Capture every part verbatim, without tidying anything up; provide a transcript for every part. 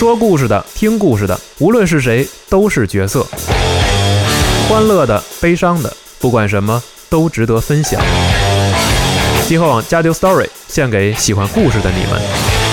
说故事的、听故事的，无论是谁，都是角色。欢乐的、悲伤的，不管什么都值得分享。集合网加丢 Story 献给喜欢故事的你们。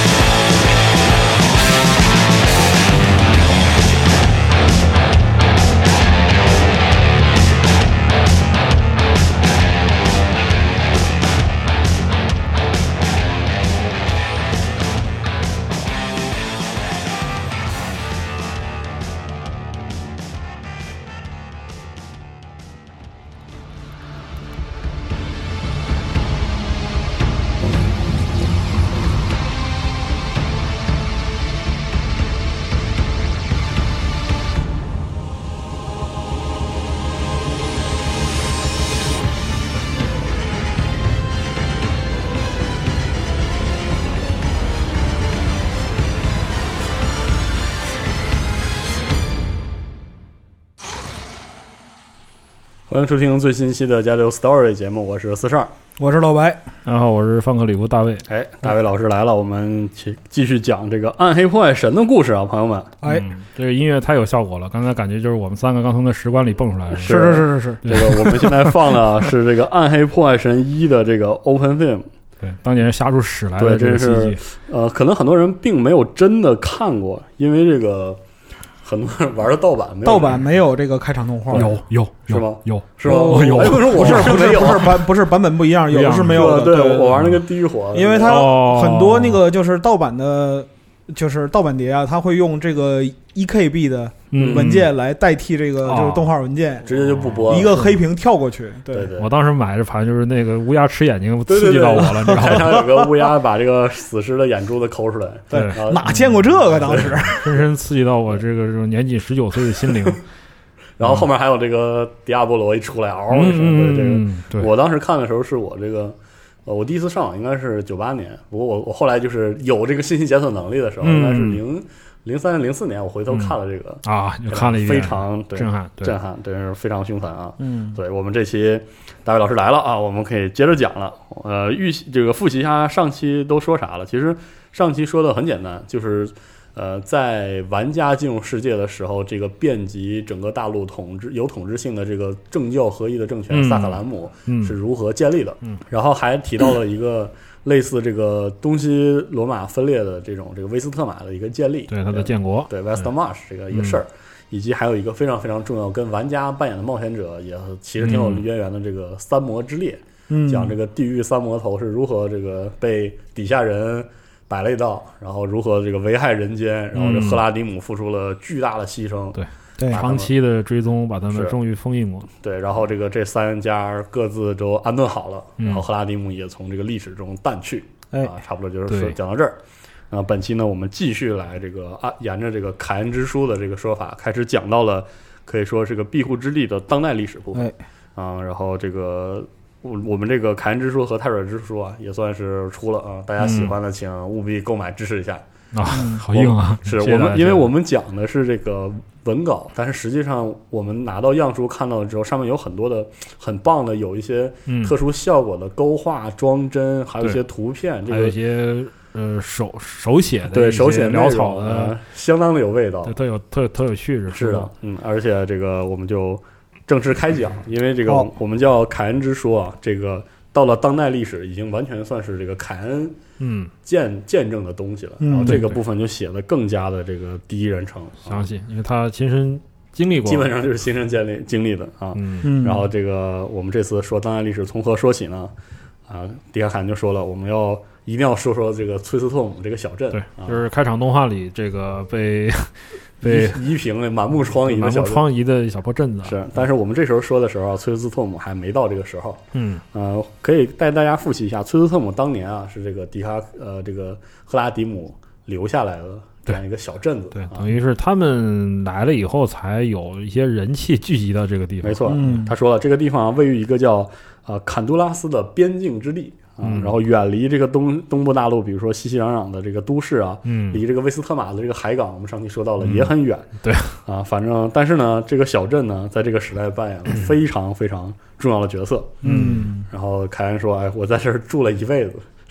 欢迎收听最新期的加流 Story 节目，我是四十二， 我是老白， 然后我是范克里夫大卫。 哎，大卫老师来了，我们继续讲这个暗黑破坏神的故事啊，朋友们。 哎、 嗯，这个音乐太有效果了，刚才感觉就是我们三个刚从那石棺里蹦出来的。 是是是是是， 这个我们现在放的是这个暗黑破坏神一的这个 Open Theme。 对，当年瞎出屎来的这个戏剧。 呃，可能很多人并没有真的看过，因为这个。很多人玩的盗版，没有盗版没有这个开场动画， 有有是吗？ 有是吗？ 有， 哎，不是我不是不是不是版不是版本不一样，有的是没有的。 对， 对我玩那个地狱火， 因为它很多那个就是盗版的，就是盗版碟啊，它会用这个一 K B 的文件来代替这个就是动画文件， 直接就不播了， 一个黑屏跳过去。对对， 我当时买这盘就是那个乌鸦吃眼睛，刺激到我了，你知道吗？ 开场有个乌鸦把这个死尸的眼珠子抠出来， 对，哪见过这个？当时深深刺激到我这个年仅十九岁的心灵。 然后后面还有这个迪亚波罗一出来，嗷一声，对这个，我当时看的时候是我这个。呃，我第一次上网应该是九八年，不过我我后来就是有这个信息检索能力的时候，应该是零零三零四年，我回头看了这个、 嗯、啊，看了一遍， 非常震撼， 震撼，对，是非常凶残啊。 嗯， 对，我们这期大卫老师来了啊，我们可以接着讲了。呃，预这个复习一下上期都说啥了。其实上期说的很简单，就是呃，在玩家进入世界的时候，这个遍及整个大陆统治有统治性的这个政教合一的政权、嗯、萨克兰姆是如何建立的。 嗯， 然后还提到了一个类似这个东西罗马分裂的这种这个威斯特玛的一个建立， 对它的建国， 对 Westmarch 这个一个事儿。嗯，以及还有一个非常非常重要，跟玩家扮演的冒险者也其实挺有渊源的这个三魔之列， 嗯， 讲这个地狱三魔头是如何这个被底下人摆了一道，然后如何这个危害人间，然后这赫拉迪姆付出了巨大的牺牲， 对对， 长期的追踪把他们终于封印过， 对，然后这个这三家各自都安顿好了， 嗯、 然后赫拉迪姆也从这个历史中淡去， 哎、 啊，差不多就是说讲到这儿。那本期呢，我们继续来这个啊，沿着这个凯恩之书的这个说法，开始讲到了可以说是个庇护之地的当代历史部分、 哎、 啊。然后这个我我们这个凯恩之书和泰瑞之书啊，也算是出了啊，大家喜欢的请务必购买支持一下、 嗯、啊，好硬啊！ 是我们因为我们讲的是这个文稿，但是实际上我们拿到样书看到了之后，上面有很多的很棒的，有一些特殊效果的勾画、装帧，还有一些图片，这个还有一些。呃，手手写的对手写潦草的、 呃，相当的有味道， 对，特有特特有趣是的，嗯，而且这个我们就正式开讲，因为这个我们叫凯恩之书啊，这个到了当代历史已经完全算是这个凯恩嗯见见证的东西了， 嗯、 然后这个部分就写的更加的这个第一人称详细，因为他亲身经历过， 基本上就是亲身经历经历的啊， 嗯， 然后这个我们这次说当代历史从何说起呢？啊，迪卡坎就说了，我们要。一定要说说这个崔斯托姆这个小镇， 对，就是开场动画里这个被被夷平的满目疮痍、 满目疮痍的小破镇子。 是，但是我们这时候说的时候，崔斯托姆还没到这个时候。 嗯， 呃，可以带大家复习一下，崔斯托姆当年啊是这个迪卡呃这个赫拉迪姆留下来的这样一个小镇子， 对， 啊、 等于是他们来了以后才有一些人气聚集到这个地方。 没错， 嗯、 他说了，这个地方位于一个叫呃坎杜拉斯的边境之地。啊、嗯，然后远离这个东东部大陆，比如说熙熙攘攘的这个都市啊， 嗯， 离这个威斯特玛的这个海港，我们上期说到了、嗯、也很远， 对啊，反正但是呢，这个小镇呢，在这个时代扮演了非常非常重要的角色， 嗯， 然后凯恩说，哎，我在这儿住了一辈子，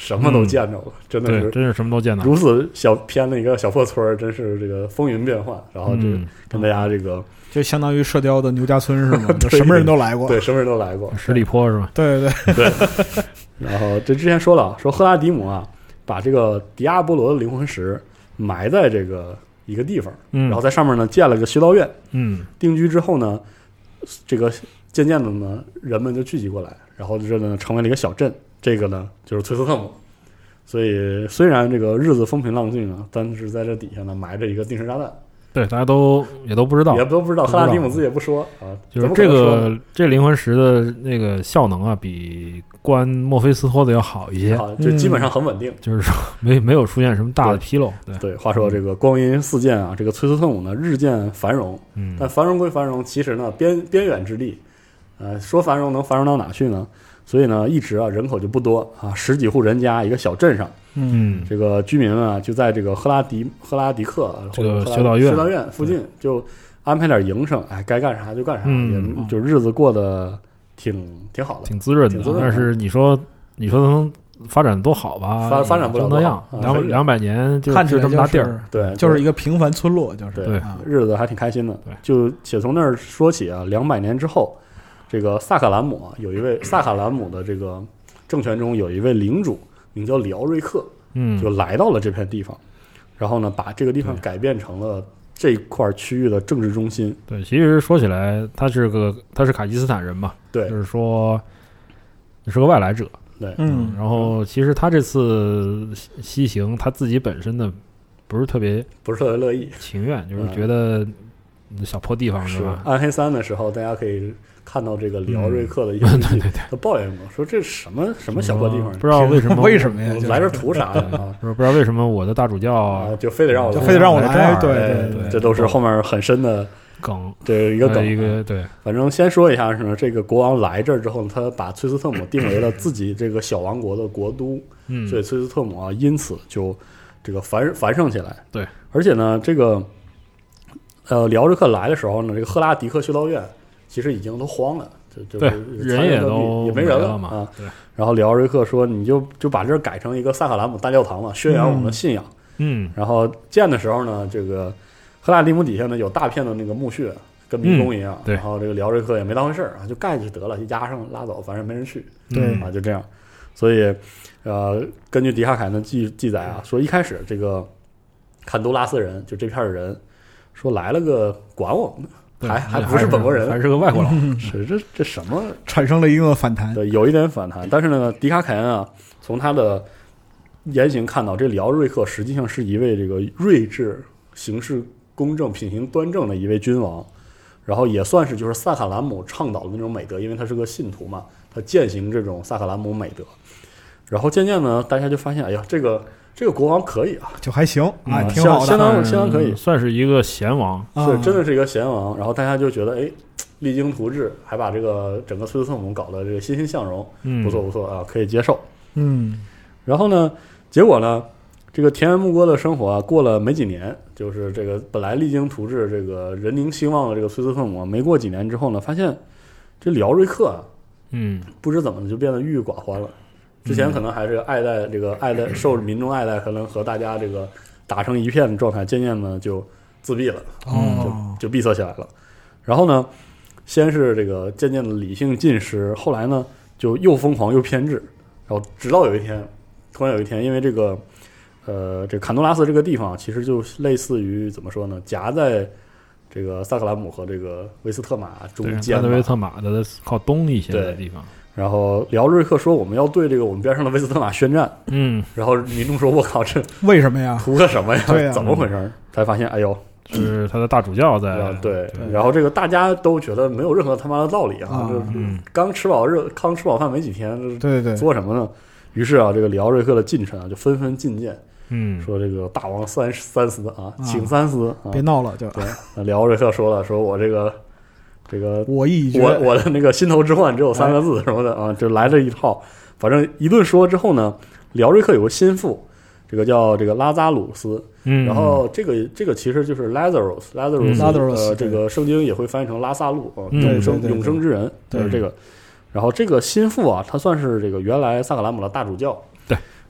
什么都见着了，真的对， 是真是什么都见到。 如此小偏的一个小破村儿，真是这个风云变幻。然后这个嗯跟大家这个就相当于射雕的牛家村是吗？就对什么人都来过。 对什么人都来过， 十里坡是吧？ 对对对。然后这之前说了，说赫拉迪姆啊，把这个迪亚波罗的灵魂石埋在这个一个地方， 嗯， 然后在上面呢建了个修道院， 嗯定居之后呢，这个渐渐的呢，人们就聚集过来，然后这呢成为了一个小镇。这个呢就是崔斯特姆。所以虽然这个日子风平浪静啊，但是在这底下呢埋着一个定时炸弹。 对，大家都也都不知道， 也都不知道，赫拉迪姆自己也不说啊。 就是这个这灵魂石的那个效能啊，比关墨菲斯托的要好一些， 好，就基本上很稳定， 就是说没没有出现什么大的纰漏。对对，话说这个光阴似箭啊，这个崔斯特姆呢日渐繁荣， 嗯， 但繁荣归繁荣，其实呢边边远之地，呃，说繁荣能繁荣到哪去呢？所以呢，一直啊人口就不多啊，十几户人家一个小镇上。 嗯， 这个居民啊，就在这个赫拉迪赫拉迪克这个修修道院修道院附近，就安排点营生，哎，该干啥就干啥， 嗯也就日子过得挺挺好的， 挺滋润的。 挺滋润的但是你说你说能发展多好吧？ 发发展不了就那样， 啊两两百年就看起来就这么大地儿， 对， 就是一个平凡村落，就是对对啊日子还挺开心的对。 就且从那儿说起啊，两百年之后，这个萨卡兰姆啊，有一位萨卡兰姆的这个政权中有一位领主，名叫里奥瑞克。 嗯， 就来到了这片地方，然后呢，把这个地方改变成了这一块区域的政治中心。 对，其实说起来，他是个他是卡基斯坦人嘛， 对， 就是说是个外来者。 对， 嗯， 然后其实他这次西行，他自己本身呢不是特别不是特别乐意， 情愿，就是觉得小破地方是是吧？ 暗黑三的时候，大家可以看到这个里奥瑞克的一些日记，他抱怨过，说这什么什么小破地方， 不知道为什么为什么呀？ 来这图啥呀？啊， 不知道为什么我的大主教啊，就非得让我就非得让我来， 来这儿对哎对对， 这都是后面很深的梗， 这一个梗， 一个对， 反正先说一下是呢，这个国王来这儿之后，他把崔斯特姆定为了自己这个小王国的国都， 嗯， 所以崔斯特姆啊，因此就这个繁繁盛起来。 对， 而且呢，这个呃，里奥瑞克来的时候呢，这个赫拉迪克修道院其实已经都荒了，就就对是人也都也没人了嘛啊。 对， 然后里奥瑞克说：“你就就把这儿改成一个萨卡兰姆大教堂嘛，宣扬我们的信仰。 嗯， 然后建的时候呢，这个赫拉迪姆底下呢有大片的那个墓穴，跟迷宫一样。 嗯对然后这个里奥瑞克也没当回事儿啊，就盖就得了，就压上拉走，反正没人去。 对啊，就这样。所以，呃，根据迪哈凯的记记载啊，说一开始这个坎都拉斯人就这片的人说来了个管我们的，还还不是本国人， 还是个外国佬， 是这这什么？ 产生了一定的反弹。 对，有一点反弹。但是呢，迪卡凯恩啊，从他的言行看到，这里奥瑞克实际上是一位这个睿智、行事公正、品行端正的一位君王。然后也算是就是萨卡兰姆倡导的那种美德，因为他是个信徒嘛，他践行这种萨卡兰姆美德。然后渐渐呢，大家就发现，哎呀，这个这个国王可以啊， 就还行啊， 嗯挺好的。 相当相当可以， 算是一个贤王， 啊是真的是一个贤王。然后大家就觉得，哎，励精图治，还把这个整个崔斯特姆搞得这个欣欣向荣， 嗯， 不错不错啊，可以接受。 嗯， 然后呢，结果呢，这个田园牧歌的生活啊，过了没几年，就是这个本来励精图治、这个人民兴旺的这个崔斯特姆，没过几年之后呢，发现这里奥瑞克啊， 嗯， 不知怎么就变得郁郁寡欢了。之前可能还是爱戴这个爱戴受民众爱戴，可能和大家这个打成一片的状态，渐渐呢就自闭了， 哦， 就就闭塞起来了。然后呢，先是这个渐渐的理性尽失，后来呢就又疯狂又偏执，然后直到有一天，突然有一天，因为这个呃这个坎多拉斯这个地方其实就类似于怎么说呢，夹在这个萨克兰姆和这个维斯特玛中间吧， 对，维斯特玛的靠东一些的地方。 然后里奥瑞克说我们要对这个我们边上的维斯特玛宣战， 嗯， 然后民众说我靠，这为什么呀？ 图个什么呀？ 对呀怎么回事？才发现哎呦， 是他的大主教在啊对，然后这个大家都觉得没有任何他妈的道理啊， 啊这嗯刚吃饱热刚吃饱饭没几天， 对对对， 做什么呢？于是啊，这个里奥瑞克的近臣啊就纷纷进谏， 嗯， 说这个大王三三思啊，请三思啊， 别闹了，就对。那里奥瑞克说了，说我这个这个我意已决。 我我的那个心头之患只有三个字什么的啊，就来这一套。反正一顿说之后呢，里奥瑞克有个心腹，这个叫这个拉扎鲁斯， 嗯， 然后这个这个其实就是 Lazarus，Lazarus，、 嗯 Lazarus， 呃，这个圣经也会翻译成拉萨路啊， 嗯永生对对对永生之人， 对就是这个。然后这个心腹啊，他算是这个原来萨克兰姆的大主教， 对。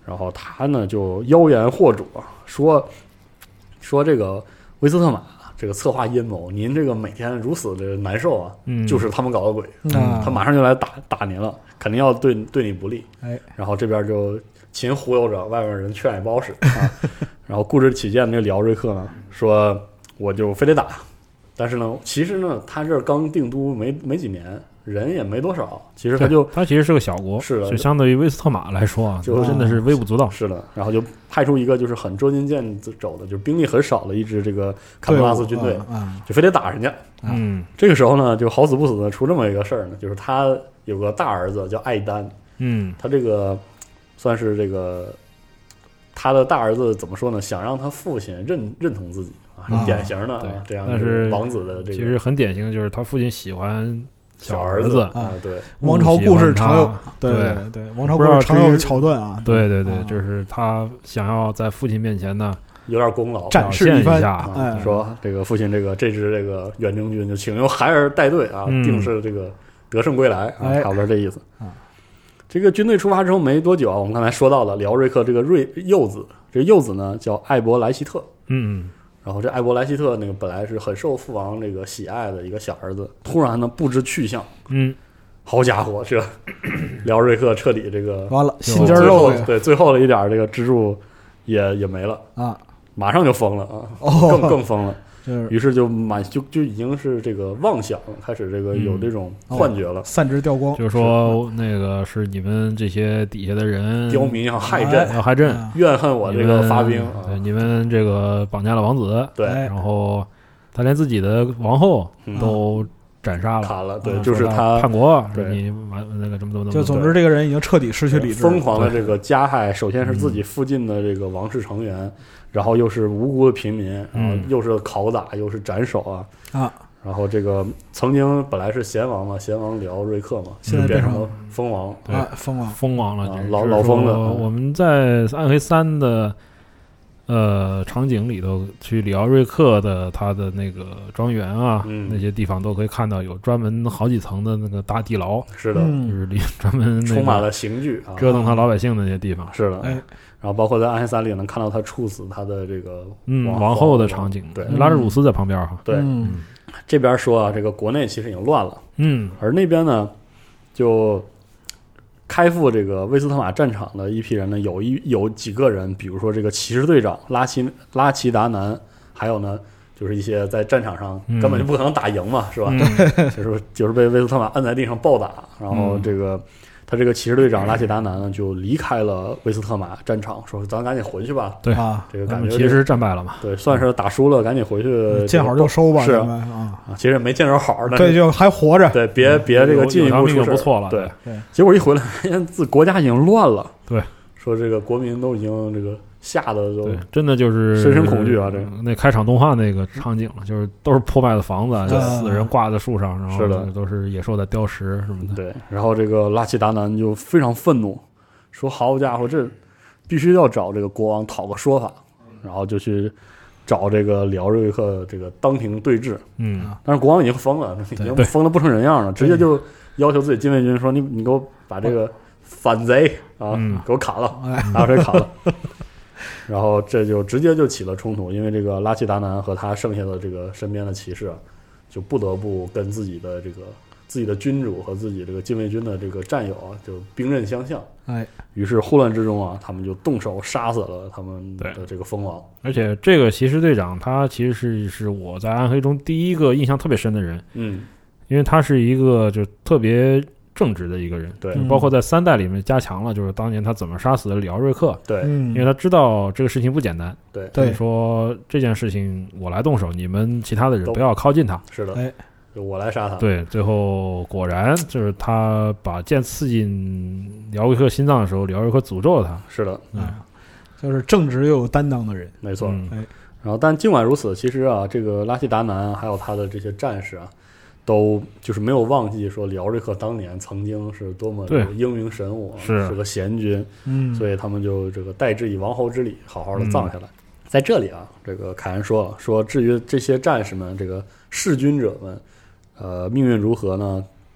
然后他呢就妖言惑主，说说这个维斯特玛这个策划阴谋，您这个每天如此的难受啊， 嗯， 就是他们搞的鬼， 啊他马上就来打打您了，肯定要对对你不利。 哎， 然后这边就秦忽悠着，外面人劝也不好使啊。然后固执己见的那个里奥瑞克呢，说我就非得打，但是呢，其实呢，他这刚定都没没几年，人也没多少，其实他就他其实是个小国， 是的就相对于威斯特玛来说啊， 就真的是微不足道。 是的，然后就派出一个就是很捉襟见肘的，就是兵力很少的一支这个坎布拉斯军队， 啊， 就非得打人家。 嗯这个时候呢，就好死不死的出这么一个事儿呢，就是他有个大儿子叫艾丹， 嗯他这个算是这个他的大儿子怎么说呢？想让他父亲认认同自己啊，是典型的、 对啊、这样但是王子的这个， 其实很典型的就是他父亲喜欢小儿子啊对， 王朝故事常有不喜欢， 对对对对，王朝故事常有的桥段啊， 对对对啊， 就是他想要在父亲面前呢有点功劳， 展示一番表现一下啊， 哎说这个父亲这个这支这个远征军就请由孩儿带队啊， 嗯定是这个得胜归来啊， 哎差不多这意思啊。 这个军队出发之后没多久啊，我们刚才说到了里奥瑞克这个瑞幼子，这个幼子呢叫艾伯莱希特， 嗯然后这艾伯莱希特那个本来是很受父王这个喜爱的一个小儿子，突然呢不知去向， 嗯好家伙，这里奥瑞克彻底这个完了就心尖最后肉呀对最后的一点这个支柱也也没了， 啊， 马上就疯了啊， 哦更更疯了。 就是于是就满就就已经是这个妄想了，开始这个有这种幻觉了， 散之掉光， 就是说那个是你们这些底下的人刁民要害朕， 哎要害朕， 啊怨恨我这个发兵啊， 对，你们这个绑架了王子， 对， 哎然后他连自己的王后嗯都斩杀了， 砍了，对， 啊就是他叛国， 对说你完那个怎么怎么怎么， 就总之这个人已经彻底失去理智了， 疯狂的这个加害，首先是自己附近的这个王室成员，然后又是无辜的平民，然后又是拷打，又是斩首啊啊， 然后这个曾经本来是贤王嘛，贤王里奥瑞克嘛， 现在变成就变成了蜂王， 对啊，疯了， 疯狂了， 啊简直老老疯了是说我们在暗黑三的呃场景里头，去里奥瑞克的他的那个庄园啊， 嗯那些地方都可以看到有专门好几层的那个大地牢， 是的， 就嗯， 是里专门那个充满了刑具啊， 折腾他老百姓的那些地方。 是的， 哎， 然后包括在暗黑三里能看到他处死他的这个嗯， 王王后的场景， 对拉什鲁斯在旁边哈， 对， 嗯这边说啊，这个国内其实已经乱了， 嗯而那边呢，就开赴这个威斯特玛战场的一批人呢，有一有几个人，比如说这个骑士队长拉奇拉奇达南，还有呢，就是一些在战场上嗯根本就不可能打赢嘛，是吧？ 嗯就是就是被威斯特玛摁在地上暴打，然后这个。他这个骑士队长拉奇达南呢，就离开了威斯特玛战场，说：“咱赶紧回去吧。 对啊， 这个他感觉这个们其实战败了嘛， 对，算是打输了，赶紧回去见好就收吧， 是咱们啊， 啊，其实也没见着好的， 对，就还活着， 对，别别这个进一有条命步出事儿就不错了， 对， 对结果一回来，发现自国家已经乱了。 对， 说这个国民都已经这个吓得都对，真的就是深深恐惧啊这个那开场动画那个场景了，就是都是破败的房子，就死人挂在树上，然后是的都是野兽在叼食什么的。 对。然后这个拉奇达南就非常愤怒，说：“好家伙，这必须要找这个国王讨个说法。”然后就去找这个里奥瑞克这个当庭对峙。 嗯， 但是国王已经疯了，已经对疯的不成人样了，直接就要求自己禁卫军说：“你你给我把这个反贼啊， 嗯给我砍了， 哎， 拿水砍了。”然后这就直接就起了冲突，因为这个拉奇达南和他剩下的这个身边的骑士啊，就不得不跟自己的这个自己的君主和自己这个禁卫军的这个战友啊，就兵刃相向。 哎， 于是混乱之中啊，他们就动手杀死了他们的对这个蜂王。 而且这个骑士队长他其实是是我在暗黑中第一个印象特别深的人， 嗯， 因为他是一个就特别正直的一个人， 对嗯包括在三代里面加强了，就是当年他怎么杀死的里奥瑞克， 对， 嗯因为他知道这个事情不简单， 对， 对就是说这件事情我来动手，你们其他的人都不要靠近他。 是的， 哎， 就我来杀他。 对，最后果然就是他把剑刺进里奥瑞克心脏的时候，里奥瑞克诅咒了他。 是的， 嗯， 就是正直又有担当的人， 没错。 嗯然后，但尽管如此，其实啊，这个拉希达南啊还有他的这些战士啊，都就是没有忘记说里奥瑞克当年曾经是多么对英明神武， 是是个贤君， 嗯， 所以他们就这个代之以王侯之礼，好好的葬下来。在这里啊，这个凯恩说了，说至于这些战士们，这个弑君者们，呃，命运如何呢？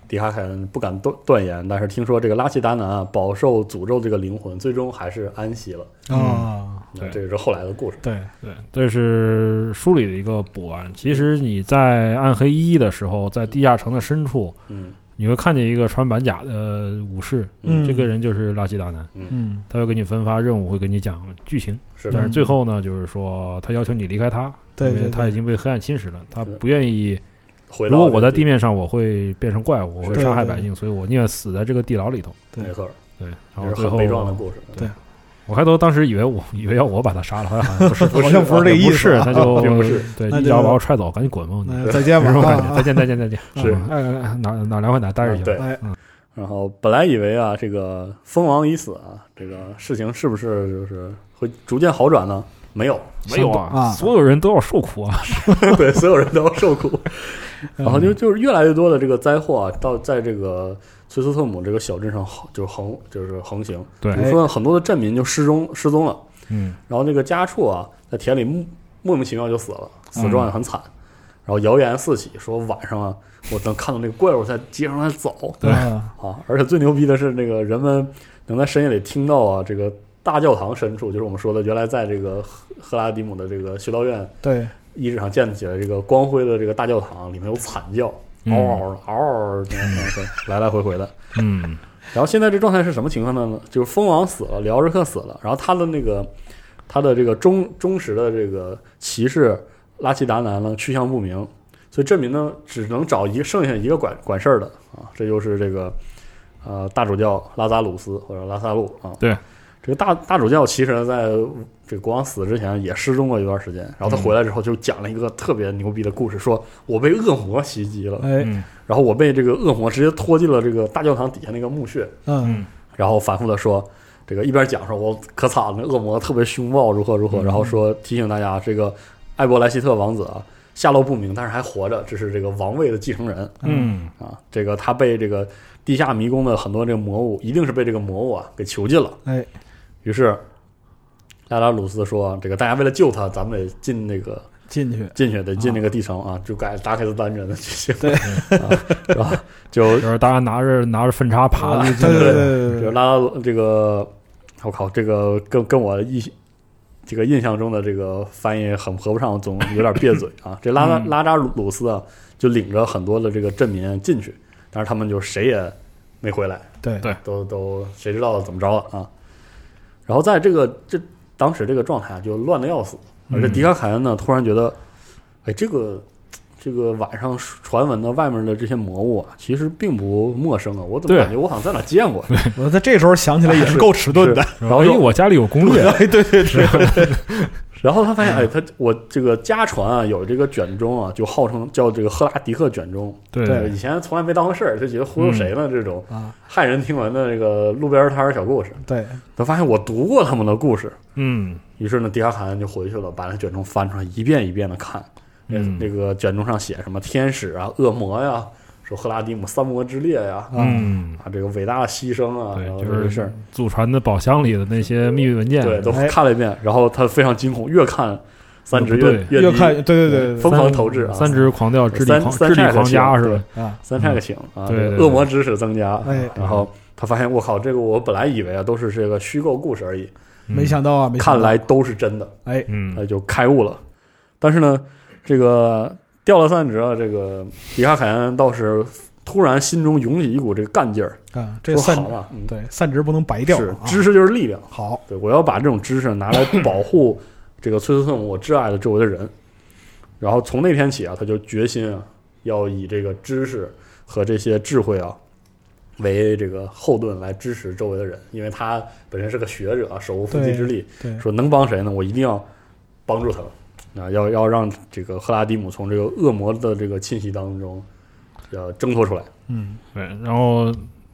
迪卡凯恩不敢断断言，但是听说这个拉契达南啊饱受诅咒，这个灵魂最终还是安息了啊。 那这个是后来的故事。 对对，这是书里的一个补完。其实你在暗黑一的时候，在地下城的深处， 嗯， 你会看见一个穿板甲的武士， 嗯， 这个人就是拉基达南， 嗯， 他会给你分发任务，会给你讲剧情， 是但是最后呢，就是说他要求你离开他， 对， 因为他已经被黑暗侵蚀了，他不愿意。 回如果我在地面上，我会变成怪物，我会杀害百姓， 对对对， 所以我宁愿死在这个地牢里头。 没错， 对，然后最后悲壮的故事。 对， 我开头当时以为我以为要我把他杀了，好像不是， 好像不是这个意思， 是他就并不是， 对，一脚把我踹走，赶紧滚吧！ 再见吧， 这种感觉，再见，再见，再见。 是， 哎，哪哪凉快哪待着去。 对，然后本来以为啊，这个蜂王已死啊，这个事情是不是就是会逐渐好转呢？没有， 没有啊！所有人都要受苦啊！ 对，所有人都要受苦。然后就就是越来越多的这个灾祸啊，到在这个崔斯特姆这个小镇上就横就是横行。 对， 比如说很多的镇民就失踪失踪了。 嗯， 然后那个家畜啊，在田里莫莫名其妙就死了，死状也很惨。嗯、然后谣言四起，说晚上啊，我能看到那个怪物在街上在走。 对啊，而且最牛逼的是，那个人们能在深夜里听到啊，这个大教堂深处，就是我们说的原来在这个赫拉迪姆的这个修道院对遗址上建起来这个光辉的这个大教堂，里面有惨叫，嗷嗷嗷嗷，来来回回的。 嗯， 然后现在这状态是什么情况呢？就是蜂王死了，里奥日克死了，然后他的那个他的这个忠忠实的这个骑士拉奇达南呢去向不明，所以镇民呢只能找一个剩下一个管管事儿的啊，这就是这个呃大主教拉扎鲁斯或者拉萨路啊。 对， 这个大大主教其实在这个国王死之前也失踪过一段时间，然后他回来之后就讲了一个特别牛逼的故事，说我被恶魔袭击了， 哎， 然后我被这个恶魔直接拖进了这个大教堂底下那个墓穴， 嗯， 然后反复的说，这个一边讲说我可惨了，恶魔特别凶暴，如何如何，然后说提醒大家这个艾伯莱希特王子啊下落不明，但是还活着，这是这个王位的继承人， 嗯啊，这个他被这个地下迷宫的很多这个魔物，一定是被这个魔物啊给囚禁了， 哎， 于是拉拉鲁斯说，这个大家为了救他，咱们得进那个进去进去得进那个地城啊，就改达克斯丹人的剧情， 对， 啊，然后就就是大家拿着拿着分叉爬进去， 对对对对， 就拉拉这个，我靠，这个跟跟我印这个印象中的这个翻译很合不上，总有点别嘴啊。这拉拉拉扎鲁斯啊，就领着很多的这个镇民进去，但是他们就谁也没回来， 对对， 都都谁知道怎么着了啊？然后在这个这当时这个状态啊，就乱的要死，而且迪卡凯恩呢，突然觉得，哎，这个。这个晚上传闻的外面的这些魔物啊，其实并不陌生啊！我怎么感觉我好像在哪见过？ 我在这时候想起来也是够迟钝的。 然后因为我家里有攻略， 对对对。 然后他发现，哎，他我这个家传啊，有这个卷宗啊，就号称叫这个赫拉迪克卷宗。 对， 以前从来没当回事儿，就觉得忽悠谁呢？这种骇人听闻的这个路边摊小故事。 对， 他发现我读过他们的故事， 嗯， 于是呢，迪卡凯恩就回去了，把那卷宗翻出来，一遍一遍的看。 嗯， 那个卷宗上写什么天使啊、恶魔呀，说赫拉迪姆三魔之列呀， 嗯啊，这个伟大的牺牲啊，然后就是事儿， 祖传的宝箱里的那些秘密文件， 对，都看了一遍，然后他非常惊恐，越看三指越越看，对对对， 疯狂投掷啊， 三指狂掉，智力狂智力狂加是吧？ 啊，三差个请啊， 对， 恶魔知识增加， 哎， 然后他发现我靠，这个我本来以为啊都是这个虚构故事而已， 没想到啊， 看来都是真的， 哎， 嗯， 那就开悟了，但是呢，这个。掉了散值啊！这个迪卡凯恩倒是突然心中涌起一股这个干劲儿啊！这散好嘛， 对散值不能白掉， 是知识就是力量。 好， 对我要把这种知识拿来保护这个崔斯特姆我挚爱的周围的人。然后从那天起啊，他就决心啊，要以这个知识和这些智慧啊为这个后盾来支持周围的人，因为他本身是个学者，手无缚鸡之力，说能帮谁呢？我一定要帮助他们。啊，要要让这个赫拉迪姆从这个恶魔的这个侵袭当中，要挣脱出来。 嗯，对。然后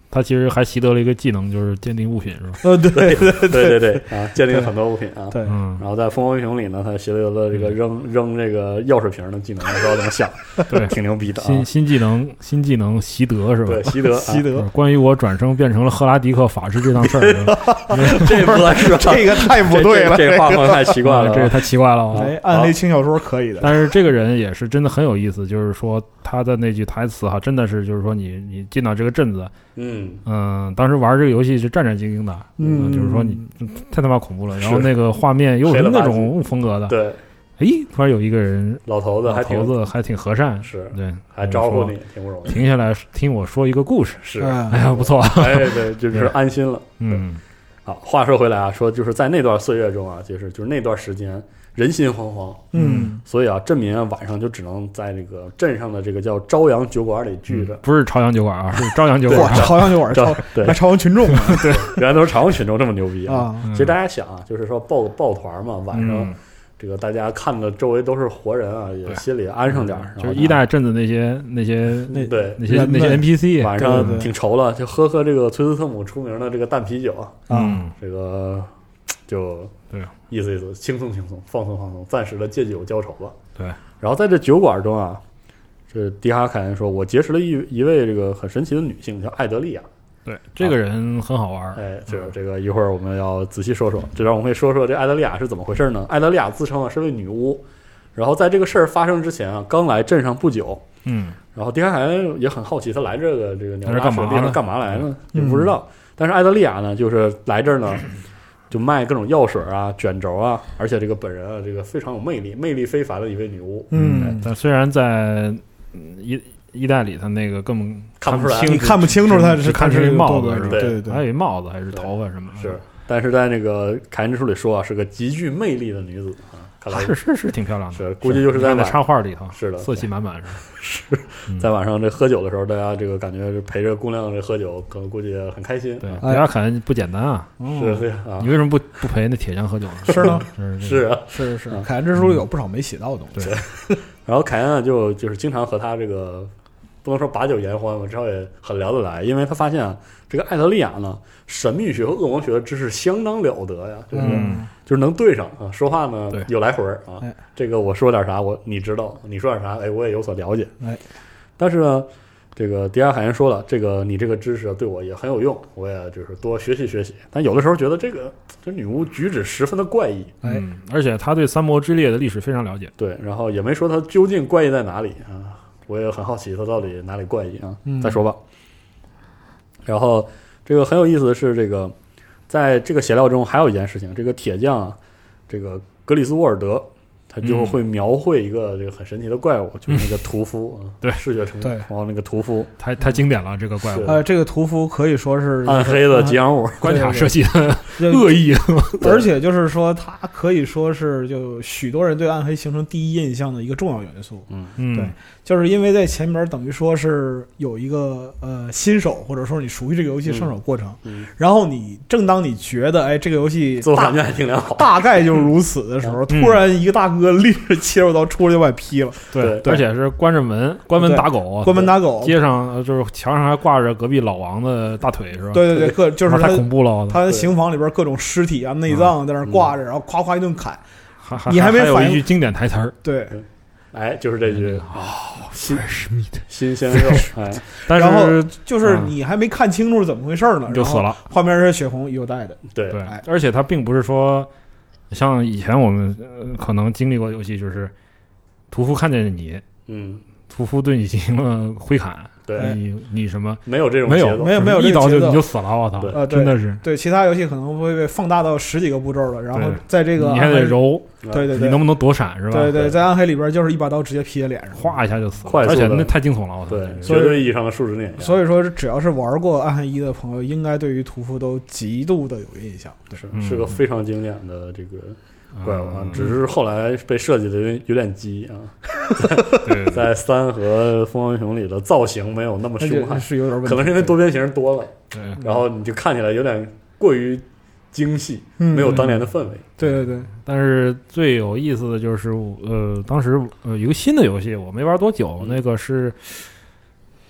他其实还习得了一个技能，就是鉴定物品，是吧？ 呃，对对对对对啊，鉴定很多物品啊。 对， 嗯， 然后在《疯狂英雄》里呢，他习得了这个扔扔这个钥匙瓶的技能，不知道怎么想， 对， 挺牛逼的啊。 新新技能，新技能习得是吧？ 对，习得习得。 关于我转生变成了赫拉迪克法师这档事儿， 这不是这个太不对了， 这画风太奇怪了， 这个太奇怪了啊！ 哎，暗黑轻小说可以的， 但是这个人也是真的很有意思，就是说他的那句台词哈，真的是就是说你你进到这个镇子， 嗯嗯，当时玩这个游戏是战战兢兢的， 嗯， 就是说你太他妈恐怖了，然后那个画面又是那种风格的， 对， 哎，突然有一个人， 老头子还挺老头子还挺和善， 是对， 还招呼你，挺不容易， 停下来听我说一个故事， 是， 哎呀，不错， 哎，对，就是安心了， 嗯。 好，话说回来啊，说就是在那段岁月中啊，就是就是那段时间人心惶惶， 嗯， 所以啊，镇民啊晚上就只能在这个镇上的这个叫朝阳酒馆里聚着， 嗯、不是朝阳酒馆啊，是朝阳酒馆， 朝阳酒馆，朝对， 还朝阳群众， 对，原来都是朝阳群众这么牛逼啊！ 其实大家想啊，就是说抱抱团嘛，晚上。嗯这个大家看的周围都是活人啊，也心里安上点儿。 就是一代镇子那些那些那对那些那些 N P C， 晚上挺愁了，就喝喝这个崔斯特姆出名的这个淡啤酒啊， 这个就对意思意思，轻松轻松，放松放松，暂时的借酒浇愁吧。 对。 然后在这酒馆中啊，这迪哈凯恩说，我结识了一一位这个很神奇的女性，叫艾德利亚。 对，这个人很好玩。 哎，这这个一会儿我们要仔细说说。这边我们会说说这艾德利亚是怎么回事呢？艾德利亚自称啊是位女巫，然后在这个事儿发生之前啊，刚来镇上不久。 嗯， 然后迪卡海也很好奇，他来这个这个鸟拉水地方干嘛来呢？ 嗯、 也不知道。但是艾德利亚呢，就是来这儿呢，就卖各种药水啊、卷轴啊，而且这个本人啊，这个非常有魅力、魅力非凡的一位女巫。 嗯， 但虽然在一。一代里他那个根本看不出来， 你看不清楚他是看是一帽子是吧？ 对对对， 还有一帽子还是头发什么？ 是，但是在那个凯恩之书里说啊，是个极具魅力的女子啊，看来是是是挺漂亮的， 是估计就是在那插画里头， 是的， 色气满满是。是在晚上这喝酒的时候，大家这个感觉是陪着姑娘这喝酒，可能估计很开心。 对，大家凯恩不简单啊， 是是啊， 你为什么不不陪那铁匠喝酒呢？ 是呢， 是啊， 是是，凯恩之书里有不少没写到的东西。对，然后凯恩啊，就就是经常和他这个。不能说把酒言欢吧，至少也很聊得来，因为他发现啊，这个艾德利亚呢，神秘学和恶魔学的知识相当了得呀，就是、 嗯、 就是能对上啊，说话呢有来回啊、 哎。 这个我说点啥，我你知道；你说点啥，哎，我也有所了解。 哎， 但是呢，这个迪亚海恩说了，这个你这个知识对我也很有用，我也就是多学习学习。但有的时候觉得这个这女巫举止十分的怪异， 哎， 嗯、而且他对三魔之列的历史非常了解， 对，然后也没说他究竟怪异在哪里啊。我也很好奇他到底哪里怪异啊、 嗯、 再说吧。然后这个很有意思的是，这个在这个写料中还有一件事情，这个铁匠啊，这个格里斯沃尔德他就会描绘一个这个很神奇的怪物，嗯、就是那个屠夫啊， 对， 嗜血成对， 然后那个屠夫太太经典了，这个怪物， 呃，这个屠夫可以说是暗黑的吉祥物， 关卡设计的恶意， 而且就是说，它可以说是就许多人对暗黑形成第一印象的一个重要元素。 嗯嗯， 对。就是因为在前面等于说是有一个呃新手或者说你熟悉这个游戏上手过程， 嗯嗯、 然后你正当你觉得哎这个游戏做感觉还挺良好， 大概就如此的时候， 嗯、 突然一个大哥拎着切肉刀出来就把你劈了， 对， 对而且是关着门，关门打狗， 关门打狗， 街上就是墙上还挂着隔壁老王的大腿是吧？ 对对对，各就是太恐怖了， 他刑房里边各种尸体啊内脏在那挂着，然后夸夸一顿砍， 还你还没反应， 还有一句经典台词儿， 对。 哎，就是这句啊， 新 meat 新鲜肉，哎， 但是就是你还没看清楚怎么回事呢， 就死了。 画面是血红有带的， 对对，而且它并不是说像以前我们可能经历过游戏，就是屠夫看见你， 嗯， 屠夫对你进行了挥砍。 对， 你你什么没有这种没有没有没有一刀就你就死了，我操！ 呃， 真的是对其他游戏可能会被放大到十几个步骤了，然后在这个你还得揉， 对对对， 你能不能躲闪是吧？ 对对，在暗黑里边就是一把刀直接劈在脸上， 哗一下就死了， 快速而且那太惊悚了，我操！ 对，绝对意义上的数值碾压。 所以说，只要是玩过暗黑一的朋友，应该对于屠夫都极度的有印象， 是是个非常经典的这个。怪物啊，只是后来被设计的有点鸡啊，在在三和疯狂英雄里的造型没有那么凶悍， 是有点问题， 可能是因为多边形多了， 对， 然后你就看起来有点过于精细， 嗯、 没有当年的氛围。 对对对， 但是最有意思的就是呃，当时呃有一个新的游戏我没玩多久， 嗯、 那个是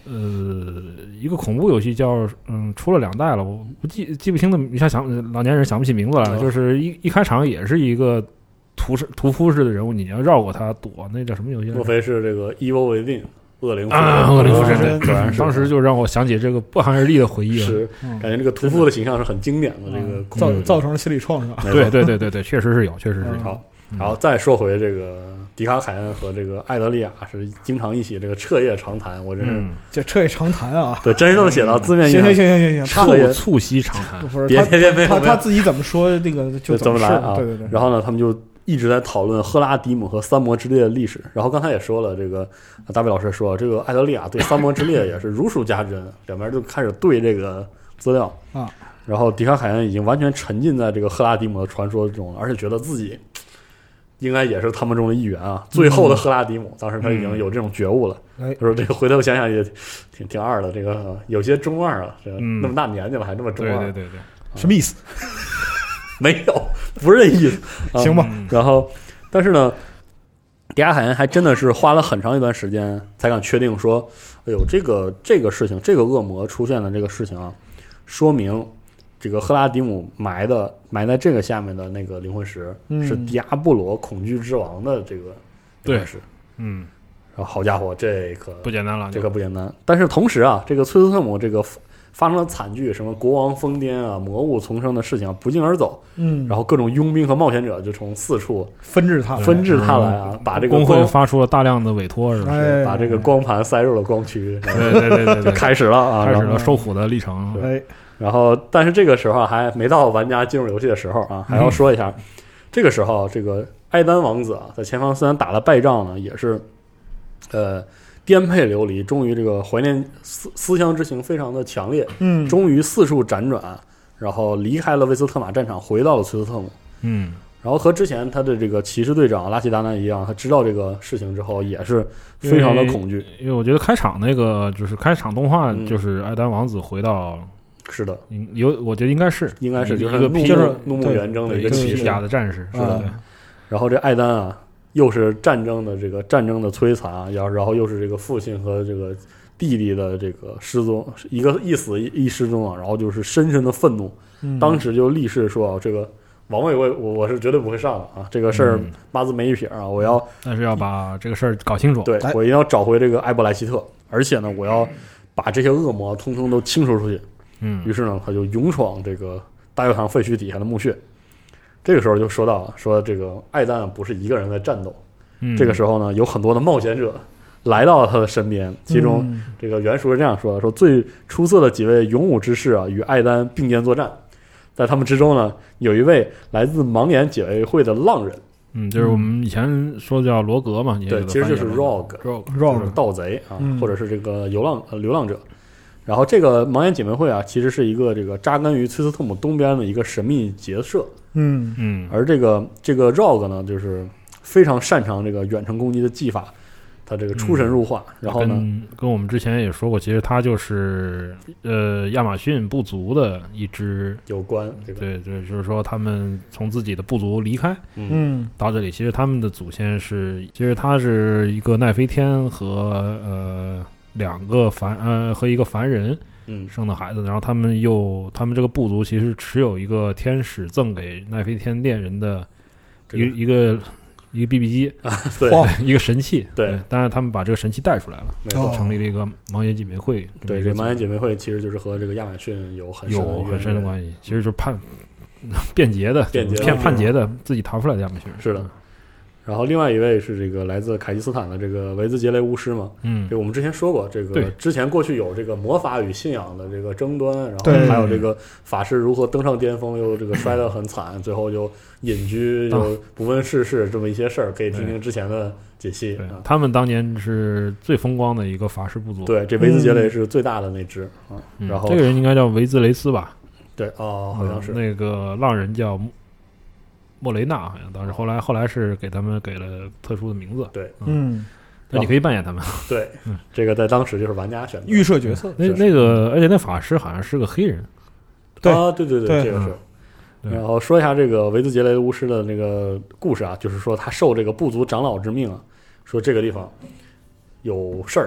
呃一个恐怖游戏叫嗯出了两代了，我不记记不清的，一下想老年人想不起名字了， 哦、 就是一一开场也是一个屠屠夫式的人物，你要绕过他躲，那叫什么游戏？ 莫非是这个 Evil Within 恶灵啊，恶灵附身， 果然是， 当时就让我想起这个不寒而栗的回忆了。 是，感觉这个屠夫的形象是很经典的，这个造造成了心理创伤。 对对对对对，确实是有，确实是有。 好，然后再说回这个迪卡凯恩和这个艾德利亚是经常一起这个彻夜长谈，我真是这彻夜长谈啊！ 对，真是这么写到字面意思。 行行行行行， 彻夜促膝长谈， 不是别别别别， 他他自己怎么说这个就怎么来啊？ 对对对。 然后呢，他们就一直在讨论赫拉迪姆和三魔之烈的历史。然后刚才也说了，这个大卫老师说，这个艾德利亚对三魔之烈也是如数家珍，两边就开始对这个资料啊。 然后迪卡凯恩已经完全沉浸在这个赫拉迪姆的传说中了，而且觉得自己应该也是他们中的一员啊。最后的赫拉迪姆，当时他已经有这种觉悟了。 哎、嗯， 他说这个回头想想也挺挺二的，这个有些中二啊，这个那么大年纪了还那么中二， 对对对对， 什么意思？ 没有，不是这意思， 啊、行吧。 然后，但是呢，迪亚海恩还真的是花了很长一段时间才敢确定说，哎呦，这个这个事情，这个恶魔出现的这个事情啊，说明这个赫拉迪姆埋的埋在这个下面的那个灵魂石、嗯、是迪亚布罗恐惧之王的这个灵魂石。 嗯， 然后好家伙，这可不简单了， 这可不简单。但是同时啊，这个崔斯特姆这个发生了惨剧，什么国王疯癫啊、魔物丛生的事情啊，不胫而走。 嗯， 然后各种佣兵和冒险者就从四处纷至沓纷至沓来啊，把这个工会发出了大量的委托，是吧？ 哎、 把这个光盘塞入了光驱， 对对对对， 就开始了啊， 开始了受苦的历程。 对，然后但是这个时候还没到玩家进入游戏的时候啊，还要说一下，嗯、这个时候这个艾丹王子啊，在前方虽然打了败仗呢，也是呃。颠沛流离，终于这个怀念思思乡之情非常的强烈， 嗯， 终于四处辗转，然后离开了威斯特玛战场，回到了崔斯特姆， 嗯， 然后和之前他的这个骑士队长拉奇达南一样，他知道这个事情之后也是非常的恐惧， 因为我觉得开场那个就是开场动画就是艾丹王子回到， 嗯、是的， 有我觉得应该是应该是就是一个披就是怒目圆睁的一个骑士甲的战士，是的， 嗯、然后这艾丹啊。又是战争的这个战争的摧残，然后然后又是这个父亲和这个弟弟的这个失踪，一个一死一失踪啊，然后就是深深的愤怒， 嗯、 当时就立誓说、啊，这个王位我我我是绝对不会上的啊，这个事儿八字没一撇啊，我要但是要把这个事儿搞清楚， 对我一定要找回这个埃伯莱希特，而且呢，我要把这些恶魔通通都清除出去。 嗯， 于是呢，他就勇闯这个大教堂废墟底下的墓穴。这个时候就说到说这个艾丹不是一个人在战斗， 嗯、 这个时候呢，有很多的冒险者来到了他的身边，其中这个原书是这样说的：说最出色的几位勇武之士啊，与艾丹并肩作战，在他们之中呢，有一位来自盲眼解围会的浪人， 嗯，就是我们以前说叫罗格嘛， 对，其实就是 rogue，rogue 就是盗贼啊， 嗯、 或者是这个流浪呃流浪者。然后这个盲眼姐妹会啊，其实是一个这个扎根于崔斯特姆东边的一个神秘结社。 嗯嗯， 而这个这个 rogue 呢，就是非常擅长这个远程攻击的技法，他这个出神入化。嗯、然后呢跟，跟我们之前也说过，其实他就是呃亚马逊部族的一支有关。这个、 对对，就是说他们从自己的部族离开， 嗯， 到这里，其实他们的祖先是，其实他是一个奈飞天和呃。两个凡呃和一个凡人嗯生的孩子，然后他们又他们这个部族其实持有一个天使赠给奈飞天恋人的一个、这个、一个一个 B B 机啊，对， 一个神器， 对， 对但是他们把这个神器带出来了， 没错， 成立了一个盲眼姐妹会。 对，这盲眼姐妹会其实就是和这个亚马逊有很深有很深的关系，其实就是叛便捷的、 便捷骗叛捷的自己逃出来的亚马逊。 是的。然后另外一位是这个来自凯基斯坦的这个维兹杰雷巫师嘛， 嗯， 这个我们之前说过，这个之前过去有这个魔法与信仰的这个争端，然后还有这个法师如何登上巅峰，又这个摔得很惨，最后又隐居又不问世事，这么一些事儿，可以听听之前的解析。 对，他们当年是最风光的一个法师部族。 对，这维兹杰雷是最大的那支啊。然后这个人应该叫维兹雷斯吧？ 对，哦，好像是那个浪人叫莫雷纳，好像当时后来后来是给他们给了特殊的名字。 对， 嗯， 那你可以扮演他们。 对，这个在当时就是玩家选的预设角色。 那那个，而且那法师好像是个黑人。 对啊，对对对， 这个是。然后说一下这个维兹杰雷巫师的那个故事啊，就是说他受这个部族长老之命啊，说这个地方有事儿，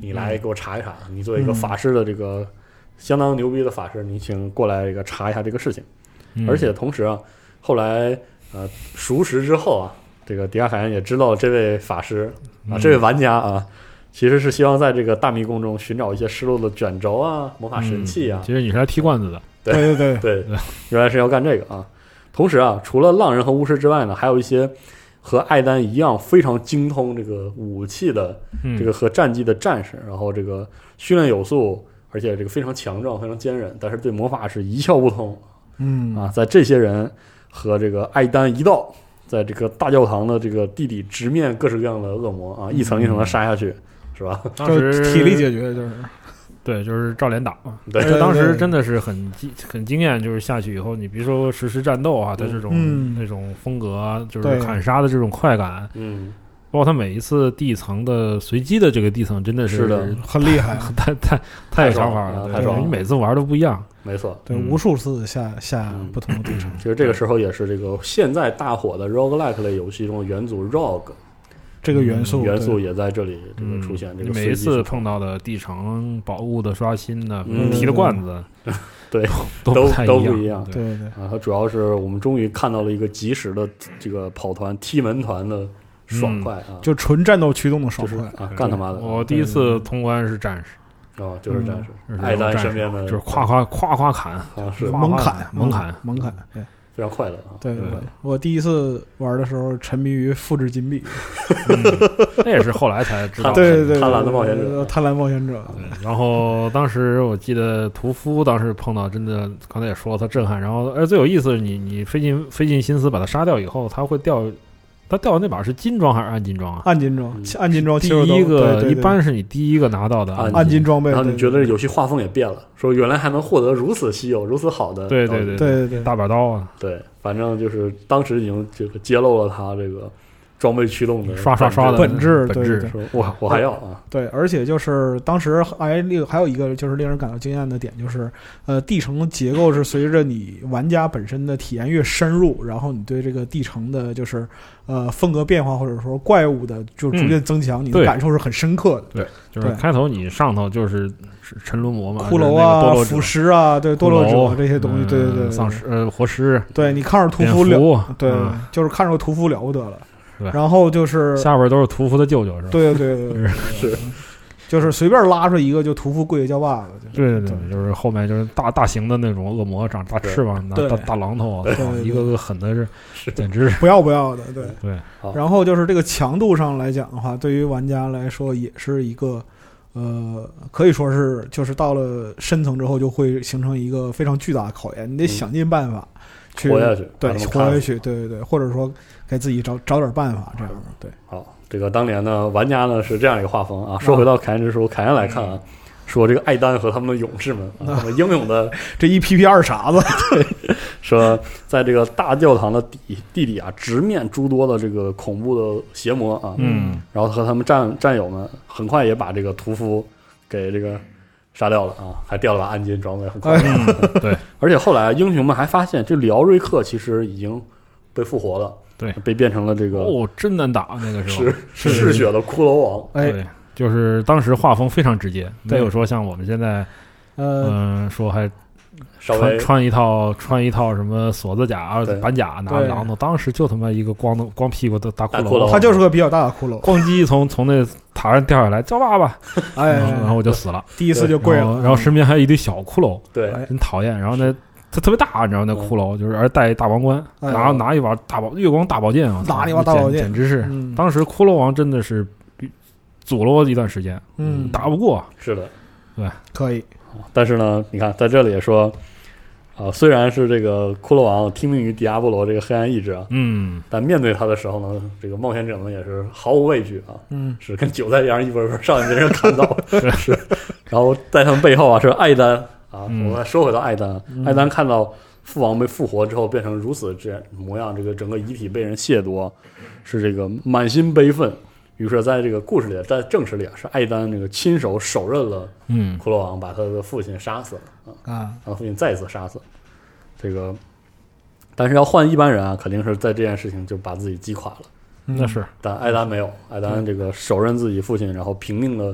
你来给我查一查，你作为一个法师的这个相当牛逼的法师，你请过来这个查一下这个事情。 嗯、 而且同时啊，后来呃熟识之后啊，这个迪亚凯恩也知道这位法师啊，这位玩家啊。其实是希望在这个大迷宫中寻找一些失落的卷轴啊、魔法神器啊。 嗯、其实你是来踢罐子的， 对对对对对，原来是要干这个啊。同时啊，除了浪人和巫师之外呢，还有一些和艾丹一样非常精通这个武器的、 嗯、 这个和战技的战士，然后这个训练有素，而且这个非常强壮、非常坚韧，但是对魔法是一窍不通。 嗯啊，在这些人和这个艾丹一道，在这个大教堂的这个地底直面各式各样的恶魔啊，一层一层的杀下去。是吧？ 当时体力解决就是， 对，就是照脸打嘛。 对， 这当时真的是很很惊艳，就是下去以后，你比如说实时战斗啊，它这种、 嗯、 那种风格啊，就是砍杀的这种快感， 嗯， 包括它每一次地层的随机的这个地层，真的是是的很厉害， 太太太有想法了， 太爽了， 你每次玩都不一样。 没错， 对，无数次下下不同的地层。 其实这个时候也是这个现在大火的 roguelike 类游戏中的元祖 rogue。 这个元素、 嗯、元素也在这里这个出现。 嗯、 这个每一次碰到的地层宝物的刷新的， 嗯、 提的罐子， 对， 都都都不一样。 对对对啊，它主要是我们终于看到了一个及时的这个跑团踢门团的爽快啊， 嗯、就纯战斗驱动的爽快、 就是、啊，干他妈的！ 我第一次通关是战士。 哦，就是战士， 嗯、 艾丹身边的就是夸夸夸夸砍啊，是猛砍猛砍猛砍，对。 非常快乐啊！ 对对对，我第一次玩的时候沉迷于复制金币， 嗯、那也是后来才知道。 对对对， 贪婪的冒险者， 贪婪冒险者。 对，然后当时我记得屠夫当时碰到真的，刚才也说了他震撼。然后，而最有意思是你你费尽费尽心思把他杀掉以后，他会掉。他掉的那把是金装还是暗金装啊？ 暗金装，暗金装。 第一个一般是你第一个拿到的暗金装备。 然后你觉得游戏画风也变了，说原来还能获得如此稀有、如此好的。 对对对对对， 大把刀啊！ 对，反正就是当时已经这个揭露了他这个装备驱动的刷刷刷的本质。 本质， 我我还要啊。 对，而且就是当时还另还有一个就是令人感到惊艳的点，就是呃，地层结构是随着你玩家本身的体验越深入，然后你对这个地层的就是呃风格变化或者说怪物的就逐渐增强， 嗯、 你的感受是很深刻的。 对，就是开头你上头就是沉沦魔嘛， 骷髅啊、腐尸啊，对，堕落者这些东西， 嗯、 对对对， 丧尸呃活尸， 对你看着屠夫了，对， 嗯、 就是看着屠夫了不得了。然后就是下边都是屠夫的舅舅是吧？ 对对对对， 是， 就是随便拉出一个就屠夫跪下叫爸爸。 对对对，就是后面就是大大型的那种恶魔，长大翅膀，拿大大榔头，一个个狠的是，简直是不要不要的。对对。 然后就是这个强度上来讲的话，对于玩家来说也是一个呃，可以说是就是到了深层之后就会形成一个非常巨大的考验，你得想尽办法。去活下去， 对，活下去，对对对，或者说给自己找找点办法，这样的，对。 好，这个当年呢，玩家呢是这样一个画风啊。说回到凯恩之书，凯恩来看啊，说这个艾丹和他们的勇士们，啊、他们英勇的这一批批二傻子， 对，说在这个大教堂的底地底啊，直面诸多的这个恐怖的邪魔啊， 嗯， 然后和他们战战友们很快也把这个屠夫给这个。杀掉了啊，还掉了把暗金装备，很快、 嗯。对， 而且后来英雄们还发现，这里奥瑞克其实已经被复活了， 对， 被变成了这个哦，真难打那个时候， 是嗜血的骷髅王。 哎， 对，就是当时画风非常直接，没有说像我们现在，嗯、呃，说还穿穿一套穿一套什么锁子甲、板甲，拿着榔头，当时就他妈一个光光屁股的大骷髅， 他就是个比较大的骷髅， 咣叽从从那塔上掉下来，叫爸爸， 哎， 然后我就死了， 第一次就跪了， 然后身边还有一堆小骷髅， 对， 真讨厌。然后那他特别大，你知道那骷髅就是而戴大王冠，然后拿一把大宝月光大宝剑啊， 拿一把大宝剑， 简直是当时骷髅王真的是阻了我一段时间， 嗯， 打不过， 是的， 对， 可以。 但是呢，你看在这里也说，啊、呃，虽然是这个骷髅王听命于迪亚波罗这个黑暗意志啊， 嗯， 但面对他的时候呢，这个冒险者们也是毫无畏惧啊， 嗯，是跟韭菜一样一波波上去被人砍倒，是，然后在他们背后啊是艾丹啊， 嗯、 我们说回到艾丹， 嗯、 艾丹看到父王被复活之后变成如此这样模样，这个整个遗体被人亵夺，是这个满心悲愤。于是，在这个故事里，在正史里啊，是艾丹这个亲手手刃了嗯骷髅王，把他的父亲杀死了啊， 啊， 让父亲再次杀死。这个，但是要换一般人啊，肯定是在这件事情就把自己击垮了。 那是， 但艾丹没有，艾丹这个手刃自己父亲，然后拼命的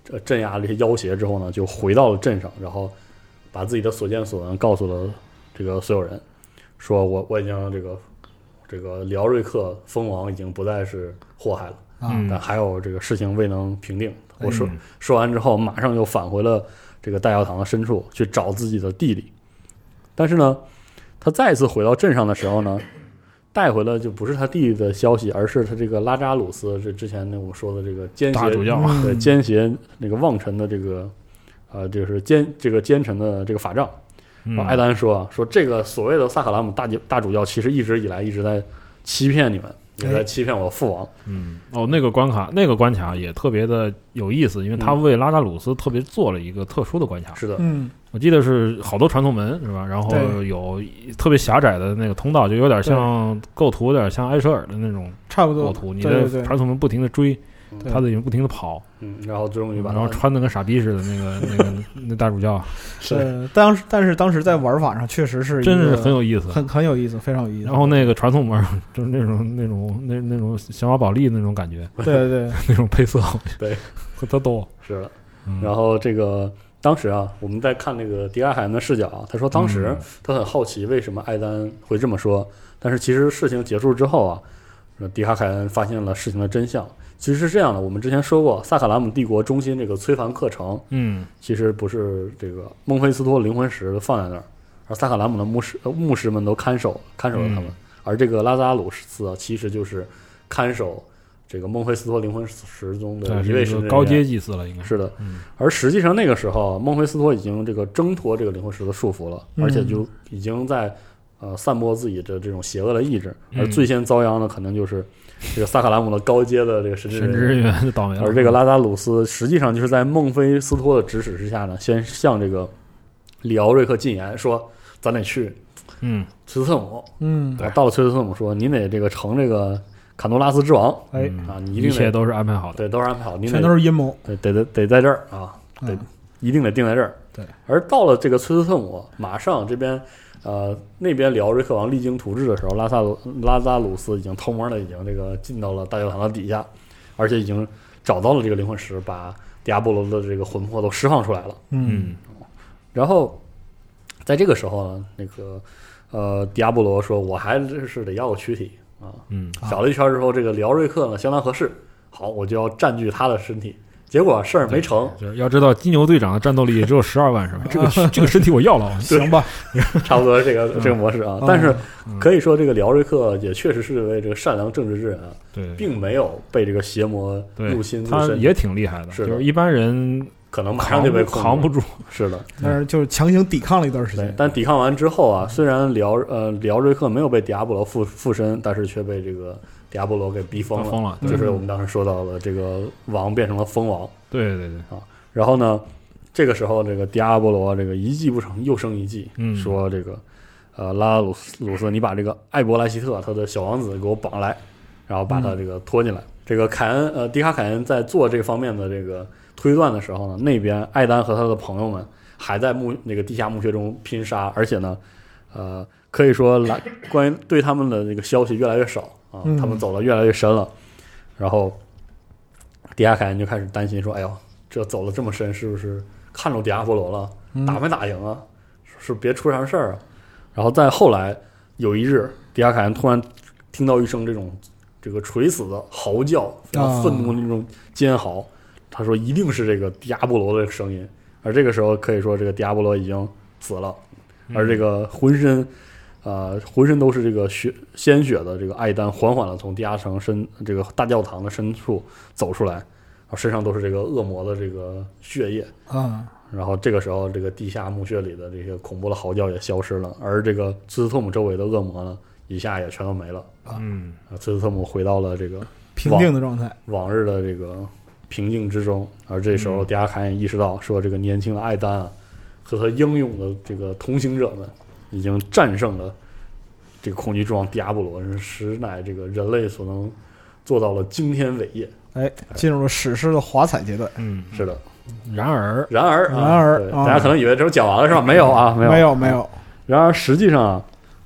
呃镇压这些妖邪之后呢，就回到了镇上，然后把自己的所见所闻告诉了这个所有人，说我我已经这个这个里奥瑞克蜂王已经不再是祸害了。 嗯， 但还有这个事情未能平定。我说、嗯、说完之后，马上又返回了这个大教堂的深处去找自己的弟弟。但是呢，他再一次回到镇上的时候呢，带回了就不是他弟弟的消息，而是他这个拉扎鲁斯，这之前那我们说的这个奸邪大主教， 对奸邪那个望尘的这个呃，就是奸这个奸臣的这个法杖。然后艾丹说说这个所谓的萨卡拉姆大大主教，其实一直以来一直在欺骗你们。也在欺骗我父王。 嗯，哦，那个关卡，那个关卡也特别的有意思，因为他为拉扎鲁斯特别做了一个特殊的关卡。 是的， 嗯， 我记得是好多传送门是吧？然后有特别狭窄的那个通道，就有点像构图，有点像埃舍尔的那种差不多构图。你的传送门不停的追，他得不停的跑， 嗯，然后最终于把， 然后穿的跟傻逼似的那个那个那大主教。 是，当时但是当时在玩法上确实是真是很有意思， 很很有意思，非常有意思。 然后那个传送门就是那种那种那那种小马宝莉那种感觉， 对对对， 那种配色， 对， 特逗。 是的，然后这个当时啊，我们在看那个迪亚海恩的视角啊，他说当时他很好奇为什么艾丹会这么说，但是其实事情结束之后啊，迪亚海恩发现了事情的真相。其实是这样的，我们之前说过，萨卡拉姆帝国中心这个崔凡课程， 嗯， 其实不是这个孟菲斯托灵魂石放在那儿，而萨卡拉姆的牧师、呃、牧师们都看守看守了他们，嗯、而这个拉扎鲁斯啊，其实就是看守这个孟菲斯托灵魂石中的一位神高阶祭司了，应该是的。 嗯、 而实际上那个时候，孟菲斯托已经这个挣脱这个灵魂石的束缚了， 嗯、 而且就已经在呃散播自己的这种邪恶的意志，而最先遭殃的可能就是这个萨卡拉姆的高阶的这个神职人员就倒霉了。 而这个拉扎鲁斯实际上就是在孟菲斯托的指使之下呢，先向这个里奥瑞克进言说，咱得去， 嗯， 崔斯特姆， 嗯， 到了崔斯特姆说，你得这个成这个坎多拉斯之王， 哎啊，你一定一切都是安排好的， 对，都是安排好，你全都是阴谋， 对，得得得在这儿啊，得、嗯、一定得定在这儿。 对， 而到了这个崔斯特姆，马上这边。呃，那边里奥瑞克王励精图治的时候，拉萨鲁拉扎鲁斯已经偷摸的已经这个进到了大教堂的底下，而且已经找到了这个灵魂石，把迪亚波罗的这个魂魄都释放出来了。 嗯， 然后在这个时候呢，那个呃，迪亚波罗说：“我还是得要个躯体啊。” 嗯， 找了一圈之后，这个里奥瑞克呢相当合适，好，我就要占据他的身体。结果事儿没成， 就是要知道金牛队长的战斗力只有十二万是吧？这个这个身体我要了， 行吧， 差不多这个这个模式啊。但是可以说，这个里奥瑞克也确实是位这个善良正直之人啊， 对， 并没有被这个邪魔入侵， 他也挺厉害的， 是就是一般人可能马上就被扛不住， 是的。 但是就是强行抵抗了一段时间， 但抵抗完之后啊，虽然里奥呃里奥瑞克没有被迪亚波罗附附身，但是却被这个迪亚波罗给逼疯了， 疯了， 就是我们当时说到了这个王变成了疯王。 对对对啊，然后呢，这个时候这个迪亚波罗这个一计不成又生一计， 嗯， 说这个呃拉鲁斯鲁斯，你把这个艾伯莱希特他的小王子给我绑来，然后把他这个拖进来。嗯、这个凯恩呃迪卡凯恩在做这方面的这个推断的时候呢，那边艾丹和他的朋友们还在墓那个地下墓穴中拼杀，而且呢，呃，可以说来关于对他们的这个消息越来越少啊， 嗯、 他们走得越来越深了，然后。迪亚凯恩就开始担心说：“哎呦，这走了这么深，是不是看着迪亚波罗了？打没打赢啊？是别出啥事儿啊？”然后再后来有一日，迪亚凯恩突然听到一声这种这个垂死的嚎叫，非常愤怒的那种尖嚎。啊、他说：“一定是这个迪亚波罗的声音。”而这个时候可以说，这个迪亚波罗已经死了，而这个浑身。呃，浑身都是这个血鲜血的这个艾丹，缓缓的从地下城深这个大教堂的深处走出来，然后身上都是这个恶魔的这个血液啊。 然后这个时候，这个地下墓穴里的这些恐怖的嚎叫也消失了，而这个崔斯特姆周围的恶魔呢，一下也全都没了啊。 嗯， 崔斯特姆回到了这个平静的状态， 往日的这个平静之中。而这时候，迪亚凯也意识到，说这个年轻的艾丹啊，和他英勇的这个同行者们。已经战胜了这个恐惧之王迪亚波罗，实乃这个人类所能做到了惊天伟业。 哎，进入了史诗的华彩阶段。 嗯，是的。 然而， 然而， 然而， 啊、大家可能以为这种讲完了是吧？没有啊，没有， 没有，没有。 然而，实际上啊，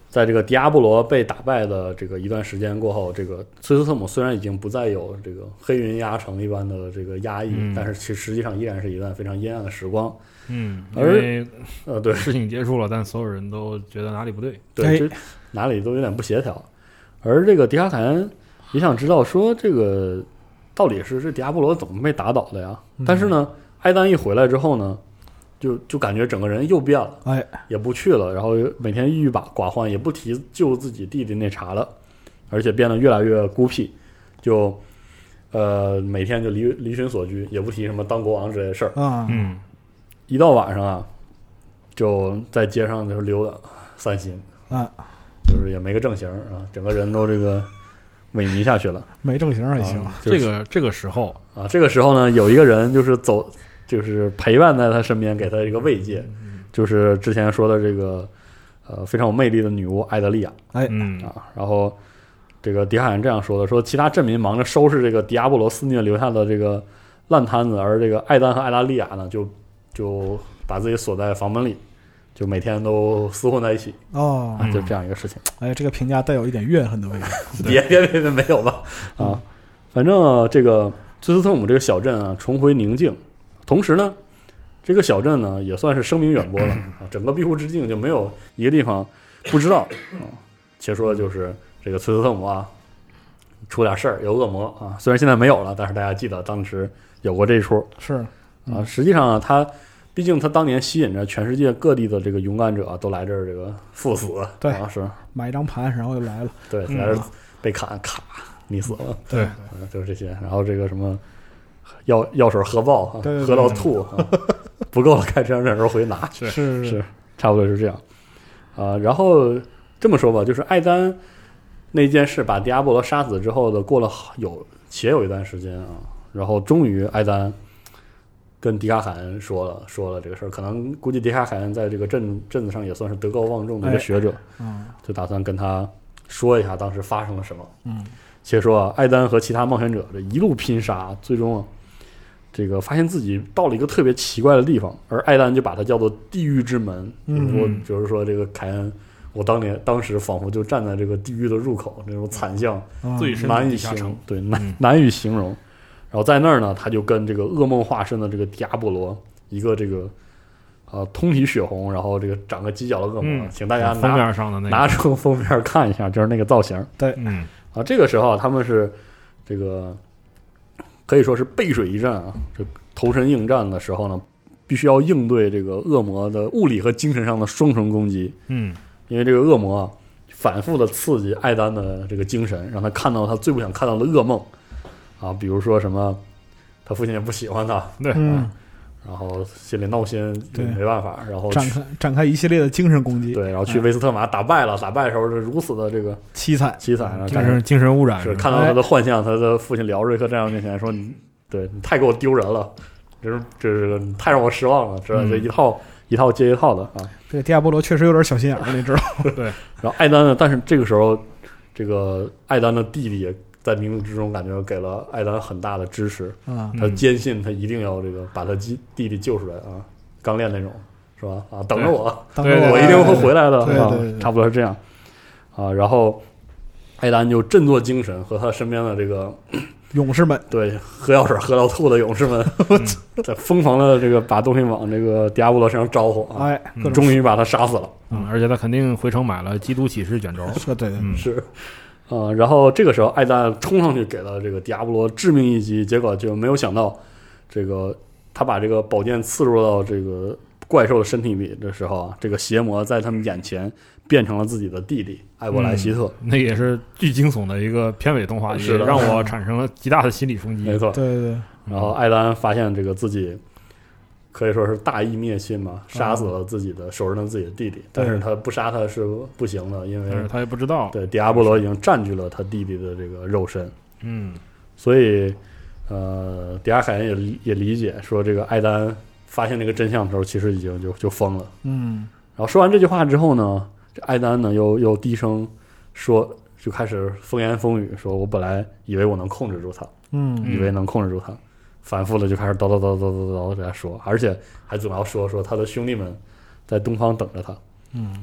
在这个迪亚波罗被打败的这个一段时间过后，这个崔斯特姆虽然已经不再有这个黑云压城一般的这个压抑， 嗯、 但是其实际上依然是一段非常阴暗的时光。 嗯， 而呃，对， 事情结束了，但所有人都觉得哪里不对， 对，这哪里都有点不协调。而这个迪卡凯恩也想知道说，这个到底是这迪亚波罗怎么被打倒的呀？ 嗯、 但是呢，艾丹一回来之后呢，就就感觉整个人又变了， 哎， 也不去了，然后每天郁郁寡欢，也不提救自己弟弟那茬了，而且变得越来越孤僻，就呃每天就离离群索居，也不提什么当国王之类的事儿啊。 嗯， 一到晚上啊，就在街上就是溜达散心啊， 就是也没个正形啊，整个人都这个萎靡下去了， 没正形还行。 啊就是、 这个这个时候啊，这个时候呢，有一个人就是走。就是陪伴在他身边，给他一个慰藉，就是之前说的这个呃非常有魅力的女巫艾德利亚， 哎， 嗯啊，然后这个迪卡恩这样说的，说其他镇民忙着收拾这个迪亚波罗肆虐留下的这个烂摊子，而这个艾丹和艾达利亚呢，就就把自己锁在房门里，就每天都厮混在一起， 哦， 啊，就这样一个事情。 哎，这个评价带有一点怨恨的味道。 别别别别没有吧？啊，反正这个崔斯特姆这个小镇啊，重回宁静。同时呢，这个小镇呢也算是声名远播了啊，整个庇护之境就没有一个地方不知道啊。且说就是这个崔斯特姆啊，出点事儿，有恶魔啊，虽然现在没有了，但是大家记得当时有过这一出。 是啊，实际上啊，他毕竟他当年吸引着全世界各地的这个勇敢者、啊、都来这儿这个赴死， 对啊是买一张盘，然后就来了， 对，来这儿被砍卡，你死了， 对， 啊，就是这些，然后这个什么。药药水喝爆啊， 对对对喝到吐啊，不够了，开车这时候回拿， 是是是，差不多是这样啊。然后这么说吧，就是艾丹那件事把迪亚波罗杀死之后的，过了有且有一段时间啊，然后终于艾丹跟迪卡凯恩说了说了这个事儿，可能估计迪卡凯恩在这个镇镇子上也算是德高望重的一个学者， 嗯， 就打算跟他说一下当时发生了什么， 嗯， 且说啊，艾丹和其他冒险者这一路拼杀，最终啊。这个发现自己到了一个特别奇怪的地方，而艾丹就把它叫做地狱之门。 嗯， 我就是说这个凯恩，我当年当时仿佛就站在这个地狱的入口，那种惨象最深难以形对难、嗯、难以形容。然后在那儿呢，他就跟这个噩梦化身的这个迪亚波罗，一个这个呃通体血红，然后这个长个犄角的恶魔， 嗯、 请大家拿封面上的那个拿出封面看一下，就是那个造型。 对， 嗯啊，这个时候他们是这个。可以说是背水一战啊！这投身应战的时候呢，必须要应对这个恶魔的物理和精神上的双重攻击。 嗯， 因为这个恶魔啊，反复的刺激艾丹的这个精神，让他看到他最不想看到的噩梦啊，比如说什么，他父亲也不喜欢他， 对， 嗯， 然后心里闹心，对，没办法，然后展开展开一系列的精神攻击， 对，然后去威斯特玛打败了，打败的时候是如此的这个凄惨凄惨， 精神精神污染， 是看到他的幻象，他的父亲辽瑞克站在面前说：“你对你太给我丢人了，这是这是太让我失望了，知道这一套一套接一套的啊。” 这个迪亚波罗确实有点小心眼儿，你知道？ 对。然后艾丹呢，但是这个时候，这个艾丹的弟弟也在冥冥之中感觉给了艾丹很大的支持啊， 他坚信他一定要这个把他弟弟救出来啊，刚练那种是吧？啊，等着我， 等着我， 我一定会回来的啊， 差不多是这样啊。然后艾丹就振作精神，和他身边的这个勇士们， 对，喝药水喝到吐的勇士们，在疯狂的这个把东西往这个迪亚波罗身上招呼啊， 哎， 嗯、终于把他杀死了。 嗯，而且他肯定回城买了基督启示卷轴， 是，对， 嗯、 是。啊、呃，然后这个时候，艾丹冲上去给了这个迪亚波罗致命一击，结果就没有想到，这个他把这个宝剑刺入到这个怪兽的身体里的时候啊，这个邪魔在他们眼前变成了自己的弟弟艾伯莱希特、 嗯，那也是巨惊悚的一个片尾动画，也让我产生了极大的心理冲击。 没错， 对对对。 然后艾丹发现这个自己可以说是大义灭亲嘛，杀死了自己的手刃了自己的弟弟，但是他不杀他是不行的，因为他也不知道， 对，迪亚波罗已经占据了他弟弟的这个肉身， 嗯， 所以呃，迪亚凯恩也也理解说，这个艾丹发现这个真相的时候，其实已经就就疯了， 嗯。 然后说完这句话之后呢，这艾丹呢又又低声说，就开始风言风语，说我本来以为我能控制住他， 嗯， 以为能控制住他。反复的就开始叨叨叨叨叨叨给他说，而且还总要说说他的兄弟们在东方等着他。 嗯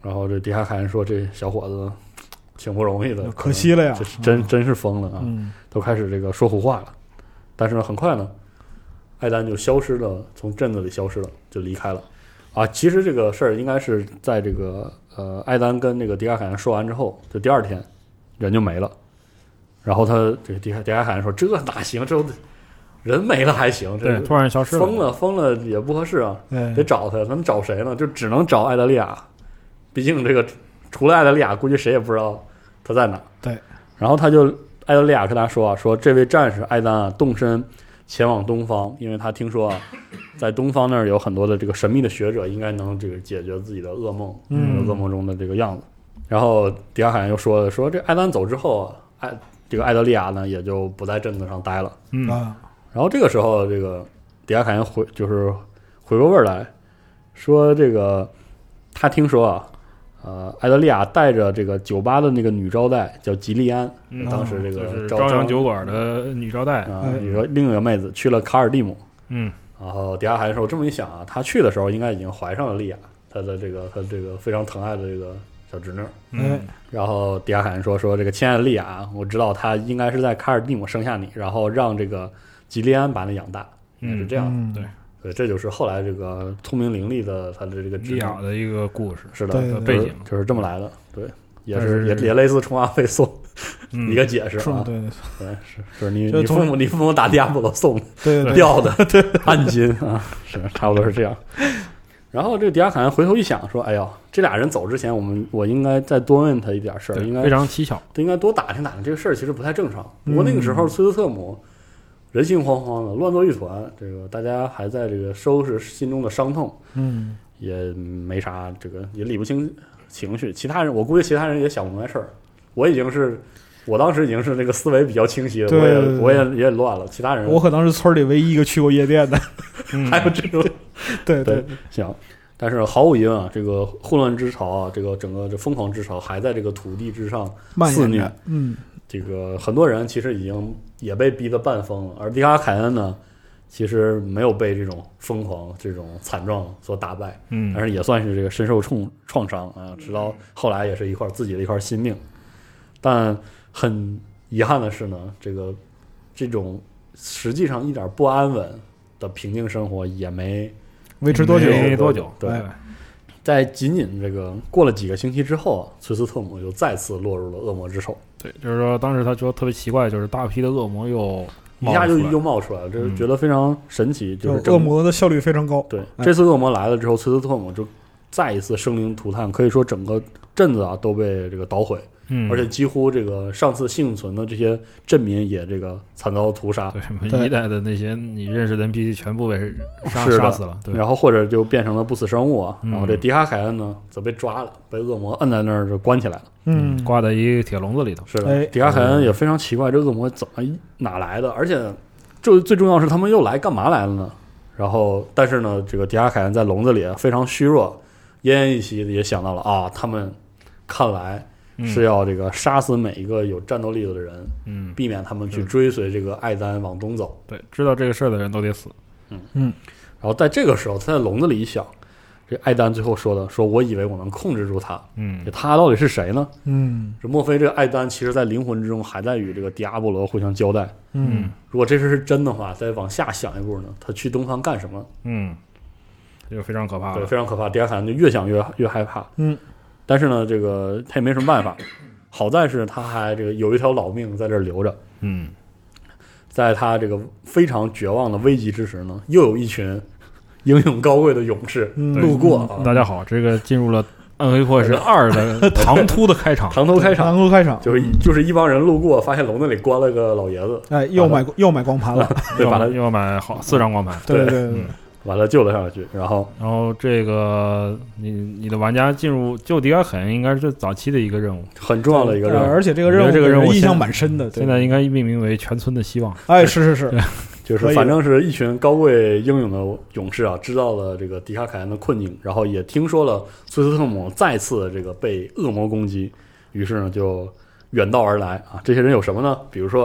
然后这迪卡凯恩说这小伙子挺不容易的， 可惜了呀， 这真、嗯、真是疯了啊、 嗯！ 都开始这个说胡话了。但是呢，很快呢，艾丹就消失了，从镇子里消失了，就离开了。啊，其实这个事儿应该是在这个呃，艾丹跟那个迪卡凯恩说完之后，就第二天人就没了。然后他这个迪卡迪卡凯恩说：“这哪行？这人没了还行？这对，突然消失了， 疯了疯了也不合适啊，得找他。咱们找谁呢？就只能找艾德利亚。毕竟这个除了艾德利亚，估计谁也不知道他在哪。 对。 然后他就艾德利亚跟他说啊，说这位战士艾丹啊，动身前往东方，因为他听说啊。”在东方那儿有很多的这个神秘的学者，应该能这个解决自己的噩梦，嗯，噩梦中的这个样子。然后迪卡凯恩又说了，说这艾丹走之后，艾这个艾德利亚呢也就不在镇子上待了， 嗯啊。 然后这个时候，这个迪卡凯恩回就是回过味儿来说，这个他听说啊，呃，艾德利亚带着这个酒吧的那个女招待叫吉利安， 嗯、 当时这个、 就是朝阳酒馆的女招待啊，你说另一个妹子去了卡尔蒂姆， 嗯。 然后迪亚海说：“这么一想啊，他去的时候应该已经怀上了莉亚，他的这个他这个非常疼爱的这个小侄女。 嗯， 然后迪亚海说：说这个亲爱的莉亚，我知道她应该是在卡尔蒂姆生下你，然后让这个吉利安把你养大， 嗯， 是这样的。 嗯、 对，对，这就是后来这个聪明伶俐的他的这个莉亚的一个故事， 是的， 对对背景、 就是、就是这么来的。对，也是也也类似冲阿费送。”一个解释啊， 对对对，是是你你父母你父母打迪亚波罗送对掉的暗金啊，是差不多是这样。然后这个迪亚凯恩回头一想说：“哎呀，这俩人走之前，我们我应该再多问他一点事儿，应该非常蹊跷， 应该多打听打听这个事儿，其实不太正常。不过那个时候，崔斯特姆人心惶惶的，乱作一团，这个大家还在这个收拾心中的伤痛， 嗯， 也没啥这个也理不清情绪。其他人，我估计其他人也想不明白事儿。我已经是。”我当时已经是那个思维比较清晰了，我也我也也乱了。其他人， 我可能是村里唯一一个去过夜店的， 嗯、还有这种， 对 对, 对行。但是毫无疑问啊，这个混乱之潮啊，这个整个这疯狂之潮还在这个土地之上肆虐。 嗯， 这个很多人其实已经也被逼得半疯了，而迪卡凯恩呢，其实没有被这种疯狂、这种惨状所打败， 嗯， 但是也算是这个深受创创伤啊，直到后来也是一块自己的一块心命，但。很遗憾的是呢，这个这种实际上一点不安稳的平静生活也没维持多久？ 没多久。 对，在仅仅这个过了几个星期之后啊，崔斯特姆就再次落入了恶魔之手。 对，就是说当时他觉得特别奇怪，就是大批的恶魔又一下就又冒出来了，这觉得非常神奇。嗯、就是恶魔的效率非常高。 对，这次恶魔来了之后，崔斯特姆就再一次生灵涂炭，可以说整个镇子啊都被这个捣毁。 嗯， 而且几乎这个上次幸存的这些镇民也这个惨遭屠杀， 对，一代的那些你认识的 N P C 全部被杀杀死了，对， 然后或者就变成了不死生物啊。嗯、然后这迪卡凯恩呢，则被抓了，被恶魔摁在那儿就关起来了， 嗯， 挂在一个铁笼子里头。 是的，哎、迪卡凯恩也非常奇怪，这恶魔怎么哪来的？而且就最重要是他们又来干嘛来了呢？然后，但是呢，这个迪卡凯恩在笼子里非常虚弱，奄奄一息的也想到了啊，他们看来。是要这个杀死每一个有战斗力的人， 嗯， 避免他们去追随这个艾丹往东走。 对，知道这个事儿的人都得死。 嗯嗯。然后在这个时候，他在笼子里一想，这艾丹最后说的，说我以为我能控制住他， 嗯， 他到底是谁呢？ 嗯， 这莫非这个艾丹其实在灵魂之中还在与这个迪亚波罗互相交代？ 嗯， 如果这事是真的话，再往下想一步呢，他去东方干什么？ 嗯，这个非常可怕， 对，非常可怕。迪亚凯恩就越想越越害怕。 嗯。 但是呢，这个他也没什么办法。好在是他还这个有一条老命在这儿留着。 嗯， 在他这个非常绝望的危急之时呢，又有一群英勇高贵的勇士路过。啊嗯、大家好，这个进入了《暗黑破坏神二》的唐突的开场， 唐突开场， 唐突开场， 就是就是一帮人路过，发现笼子里关了个老爷子， 哎，又买又买光盘了， 对，把他又买好四张光盘， 对对对。 嗯把他救了上去，然后， 然后这个你你的玩家进入救迪卡凯恩应该是早期的一个任务， 很重要的一个任务， 而且这个任务这个任务印象蛮深的。 现在应该命名为全村的希望。 哎，是是是， 就是反正是一群高贵英勇的勇士啊，知道了这个迪卡凯恩的困境，然后也听说了崔斯特姆再次这个被恶魔攻击，于是呢就远道而来啊。这些人有什么呢？比如说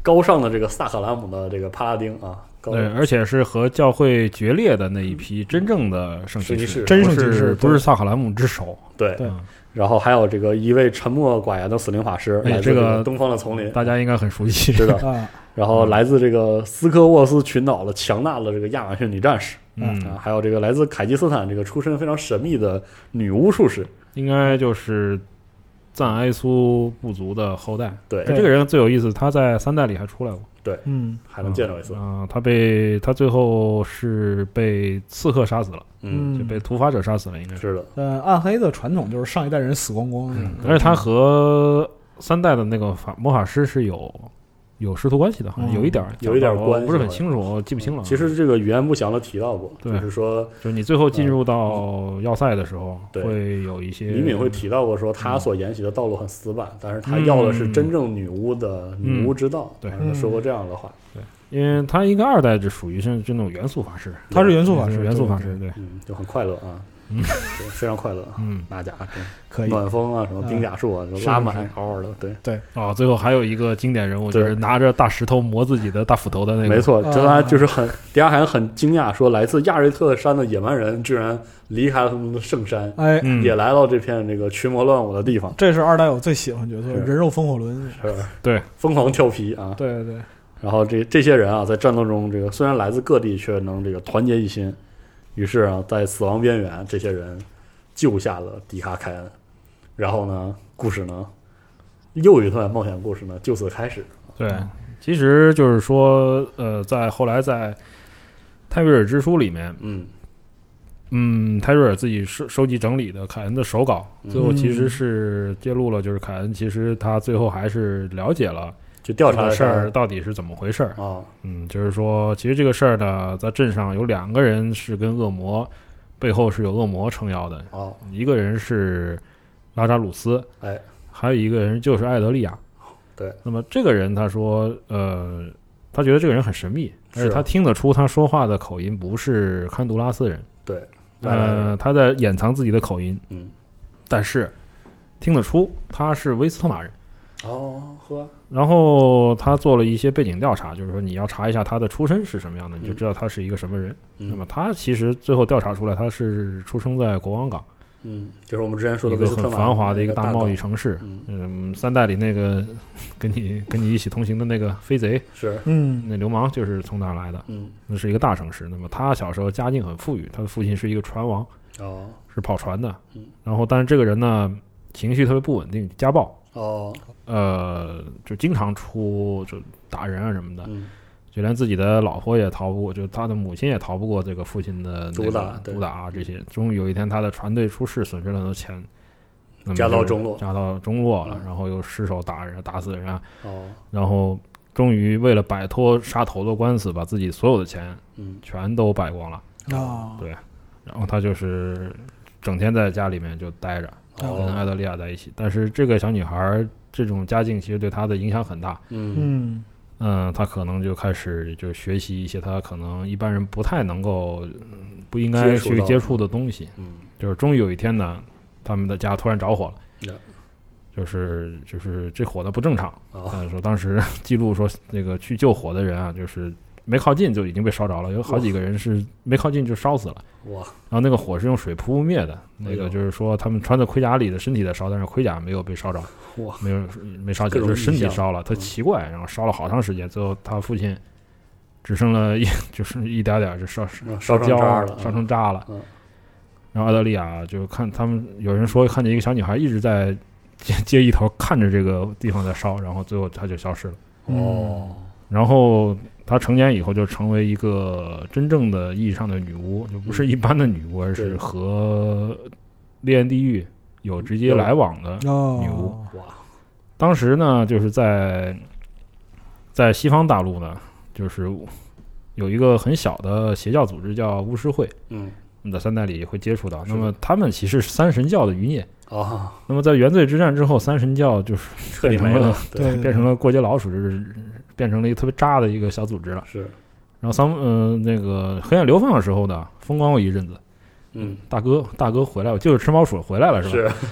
高尚的这个萨克兰姆的这个帕拉丁啊， 对，而且是和教会决裂的那一批真正的圣骑士， 真圣骑士不是萨克兰姆之首。 对对。然后还有这个一位沉默寡言的死灵法师， 哎， 来自这个东方的丛林， 大家应该很熟悉。 是的。然后来自这个斯科沃斯群岛的强大的这个亚马逊女战士， 嗯啊，还有这个来自凯基斯坦这个出身非常神秘的女巫术士， 应该就是赞埃苏部族的后代。 对， 这个人最有意思，他在三代里还出来过。 对， 嗯， 还能见到一次。 啊、呃，他被他最后是被刺客杀死了， 嗯， 就被屠法者杀死了，应该是的。 呃，暗黑的传统就是上一代人死光光， 嗯，而且他和三代的那个法魔法师是有有师徒关系的，好像有一点、 嗯、有一点关系， 不是很清楚，我记不清了。 其实这个语言不详的提到过， 对， 就是说， 就是你最后进入到要塞的时候， 嗯、 会有一些李敏会提到过，说他所沿袭的道路很死板，嗯、但是他要的是真正女巫的女巫之道。 对、 嗯，他说过这样的话。 对。因为他应该二代就属于是就那种元素法师， 他是元素法师， 元素法师，对， 嗯，就很快乐啊，嗯，非常快乐， 嗯， 马甲可以， 暖风啊，什么冰甲术啊，拉满，好好的，对对。 哦，最后还有一个经典人物，就是拿着大石头磨自己的大斧头的那个， 没错，这他就是很，迪亚海很惊讶，说来自亚瑞特山的野蛮人居然离开了他们的圣山， 哎， 也来到这片这个群魔乱舞的地方。 这是二代我最喜欢角色，人肉风火轮， 是， 对， 疯狂跳皮啊， 对对。 然后这这些人啊，在战斗中，这个虽然来自各地，却能这个团结一心。于是啊，在死亡边缘，这些人救下了迪卡凯恩。然后呢，故事呢，又一段冒险故事呢，就此开始。 对，其实就是说，呃，在后来在泰瑞尔之书里面， 嗯嗯，泰瑞尔自己收收集整理的凯恩的手稿，最后其实是揭露了，就是凯恩其实他最后还是了解了。 就调查的事儿到底是怎么回事儿啊？哦、 嗯，就是说，其实这个事儿呢，在镇上有两个人是跟恶魔背后是有恶魔撑腰的。 哦， 一个人是拉扎鲁斯， 哎， 还有一个人就是艾德利亚。 对， 那么这个人他说，呃，他觉得这个人很神秘，而且他听得出他说话的口音不是堪杜拉斯人。 对， 呃，他在掩藏自己的口音。 嗯， 但是听得出他是威斯特玛人。 哦呵， 然后他做了一些背景调查，就是说你要查一下他的出身是什么样的，你就知道他是一个什么人。 嗯、 那么他其实最后调查出来，他是出生在国王港， 嗯，就是我们之前说的一个很繁华的一个大贸易城市。 嗯, 嗯，三代里那个跟你跟你一起同行的那个飞贼是， 嗯， 那流氓就是从那儿来的。 嗯， 那是一个大城市。那么他小时候家境很富裕，他的父亲是一个船王， 哦， 是跑船的。 嗯， 然后但是这个人呢，情绪特别不稳定，家暴。 哦， 呃，就经常出就打人啊什么的， 嗯， 就连自己的老婆也逃不过，就他的母亲也逃不过这个父亲的毒打毒打啊这些。终于有一天，他的船队出事，损失了很多钱，那么家道中落， 家道中落了， 嗯、 然后又失手打人，打死人啊， 哦， 然后终于为了摆脱杀头的官司，把自己所有的钱， 嗯， 全都败光了啊、哦， 对，然后他就是整天在家里面就待着。跟艾德利亚在一起，但是这个小女孩这种家境其实对她的影响很大。 嗯嗯嗯，她可能就开始就学习一些她可能一般人不太能够、不应该去接触的东西。 嗯， 就是终于有一天呢，他们的家突然着火了。 嗯、 就是就是这火的不正常。 哦、 但是说当时记录说那个去救火的人啊，就是没靠近就已经被烧着了，有好几个人是没靠近就烧死了。 哇！ 然后那个火是用水扑灭的，那个就是说他们穿在盔甲里的身体在烧，但是盔甲没有被烧着， 哇， 没有没烧起来，就是身体烧了，特奇怪。然后烧了好长时间，最后他父亲只剩了一就是一点点就烧烧焦了， 烧成渣了。 嗯。 然后澳大利亚就看他们有人说看见一个小女孩一直在街街一头看着这个地方在烧，然后最后她就消失了。 哦。 然后她成年以后就成为一个真正的意义上的女巫，就不是一般的女巫，而是和烈焰地狱有直接来往的女巫。 哇！ 当时呢，就是在在西方大陆呢，就是有一个很小的邪教组织叫巫师会。 嗯。 你在三代里会接触到，那么他们其实是三神教的余孽。 哦。 那么在原罪之战之后，三神教就是变成了对变成了过街老鼠，就是变成了一个特别渣的一个小组织了。 是。 然后三呃那个黑暗流放的时候呢，风光过一阵子。 嗯。 大哥大哥回来了，就是吃猫鼠回来了是吧？ 是。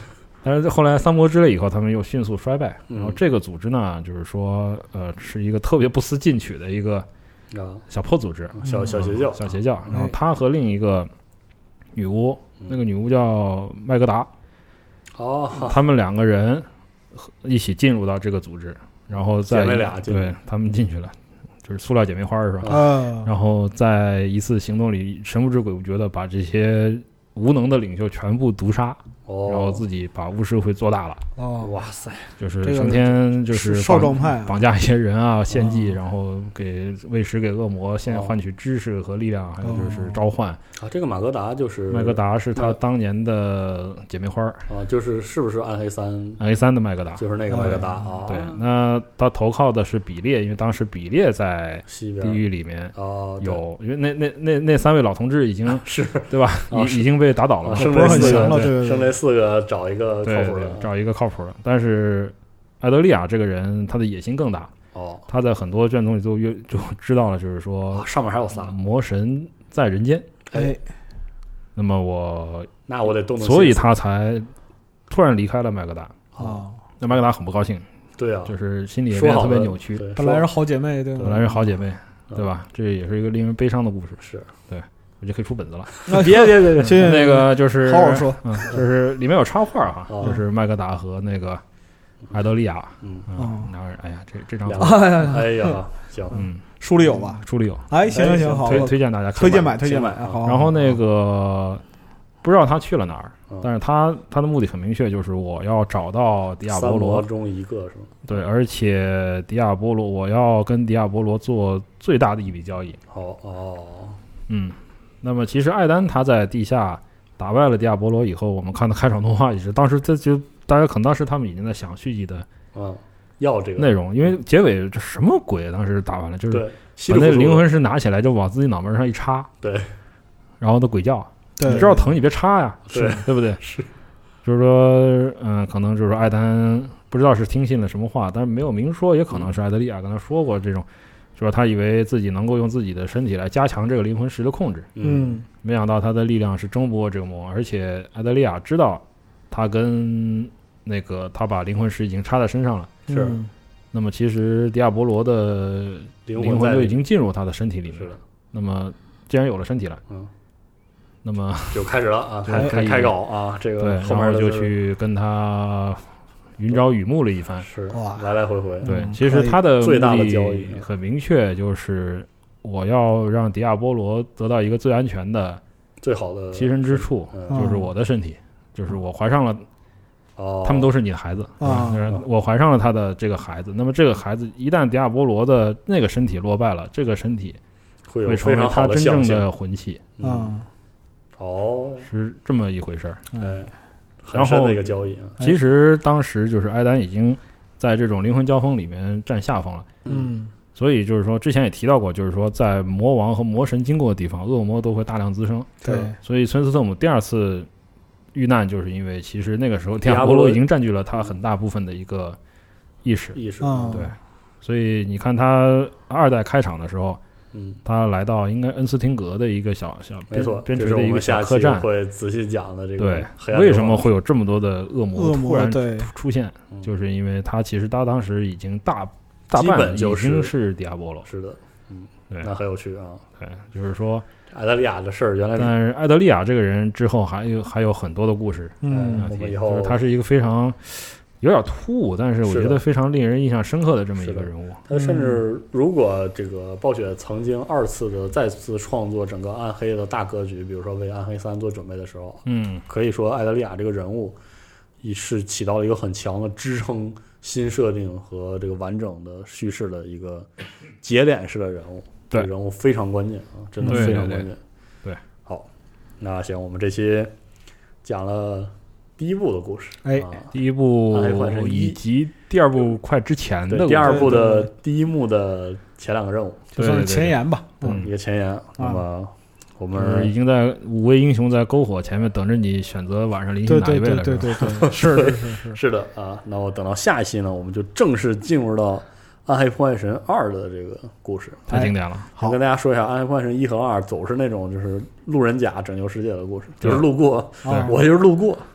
但是后来三国之类以后，他们又迅速衰败。然后这个组织呢，就是说，呃，是一个特别不思进取的一个小破组织， 小小邪教， 小邪教。然后他和另一个女巫，那个女巫叫麦格达， 哦， 他们两个人一起进入到这个组织，然后在俩对他们进去了。就是塑料姐妹花是吧？ 啊， 然后在一次行动里，神不知鬼不觉的把这些无能的领袖全部毒杀， 哦、 然后自己把巫师会做大了。 哦， 哇塞， 就是成天就是少壮派绑架一些人啊，献祭，然后给喂食给恶魔，现在换取知识和力量，还有就是召唤。 啊，这个马格达就是麦格达是他当年的姐妹花啊，就是是不是暗黑三？ 暗黑三的麦格达就是那个麦格达啊。 对，那他投靠的是比列，因为当时比列在地狱里面有，因为那那那那三位老同志已经是对吧？已已经被打倒了， 剩那四个， 对， 剩那四个找一个靠谱的， 找一个靠谱的。但是艾德利亚这个人，他的野心更大。 哦， 他在很多卷宗里都约就知道了，就是说上面还有仨魔神在人间。 哎， 那么我那我得动动， 所以他才突然离开了麦格达。 哦， 那麦格达很不高兴。 对啊， 就是心里也变得特别扭曲。 本来是好姐妹，对吧？ 本来是好姐妹，对吧？这也是一个令人悲伤的故事。 是， 对，我就可以出本子了。 别别别别， 那个就是好好说， 嗯，就是里面有插画哈，就是麦格达和那个艾德利亚， 嗯嗯，然后哎呀，这这张， 哎呀，行， 嗯， 书里有吧？ 书里有。 哎，行行行，好， 推推荐大家看， 推荐买，推荐买。好， 然后那个不知道他去了哪儿，但是他他的目的很明确，就是我要找到迪亚波罗中一个是吗？ 对，而且迪亚波罗，我要跟迪亚波罗做最大的一笔交易。 哦哦， 嗯，那么其实艾丹他在地下打败了迪亚波罗以后，我们看的开场动画也是，当时这就大家可能当时他们已经在想续集的嗯要这个内容，因为结尾这什么鬼，当时打完了就是把那灵魂石拿起来就往自己脑门上一插， 对， 然后都鬼叫。 对， 你知道疼你别插呀， 是对不对？ 是， 就是说，嗯，可能就是艾丹不知道是听信了什么话，但是没有明说，也可能是艾德利亚跟他说过这种，就是他以为自己能够用自己的身体来加强这个灵魂石的控制， 嗯， 没想到他的力量是争不过这个魔，而且艾德利亚知道他跟那个他把灵魂石已经插在身上了， 是， 那么其实迪亚波罗的灵魂就已经进入他的身体里面了，那么既然有了身体了，嗯。那么就开始了啊，开开开搞啊，这个对， 后面就去跟他云朝雨暮了一番， 是来来回回。 对，其实他的最大的交易很明确，就是我要让迪亚波罗得到一个最安全的、 最好的栖身之处，就是我的身体，就是我怀上了， 哦， 他们都是你的孩子啊，我怀上了他的这个孩子，那么这个孩子一旦迪亚波罗的那个身体落败了，这个身体会成为他真正的魂器啊。 哦， 是这么一回事儿， 哎，然后那个交易， 其实当时就是艾丹已经在这种灵魂交锋里面占下风了， 嗯， 所以就是说之前也提到过，就是说在魔王和魔神经过的地方，恶魔都会大量滋生， 对， 所以孙斯特姆第二次遇难，就是因为其实那个时候迪亚波罗已经占据了他很大部分的一个意识， 意识， 对，所以你看他二代开场的时候。 嗯， 他来到应该恩斯汀格的一个小小没错边陲的一个小客栈， 会仔细讲的这个对，为什么会有这么多的恶魔突然出现？ 嗯、 就是因为他其实他当时已经大大半已经是迪亚波罗， 是的，嗯， 对， 那很有趣啊。 对，就是说艾德利亚的事儿，原来但是艾德利亚这个人之后还有还有很多的故事， 嗯， 我们以后就是他是一个非常。有点突兀，但是我觉得非常令人印象深刻的这么一个人物。 他甚至如果这个暴雪曾经二次的再次创作整个暗黑的大格局，比如说为暗黑三做准备的时候， 嗯， 可以说艾德利亚这个人物也是起到了一个很强的支撑新设定和这个完整的叙事的一个节点式的人物。 对， 人物非常关键啊，真的非常关键。 对，对好，那行，我们这期讲了。第一部的故事， 哎， 啊、 第一部以及第二部快之前的第二部的第一幕的前两个任务， 就算是前言吧， 嗯，一个前言。那么我们已经在五位英雄在篝火前面等着你选择晚上临行哪一位了， 对对对对，是是是是是的啊。那我等到下一期呢，我们就正式进入到《暗黑破坏神二》的这个故事， 太经典了。 好，跟大家说一下，《暗黑破坏神一》和二总是那种就是路人甲拯救世界的故事，就是路过，我就是路过。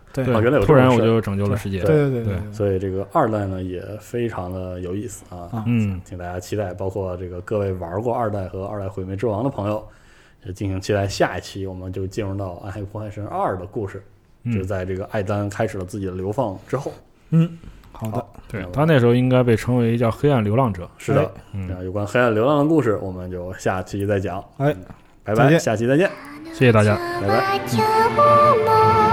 对， 啊，原来有突然我就拯救了世界， 对对对对， 所以这个二代呢也非常的有意思啊， 嗯， 请大家期待，包括这个各位玩过二代和二代毁灭之王的朋友，就进行期待。下一期我们就进入到暗黑破坏神二的故事， 嗯、 就在这个艾丹开始了自己的流放之后， 嗯。好的， 对他那时候应该被称为叫黑暗流浪者。 是的， 嗯， 有关黑暗流浪的故事，我们就下期再讲。 哎， 拜拜，下期再见， 谢谢大家， 拜拜。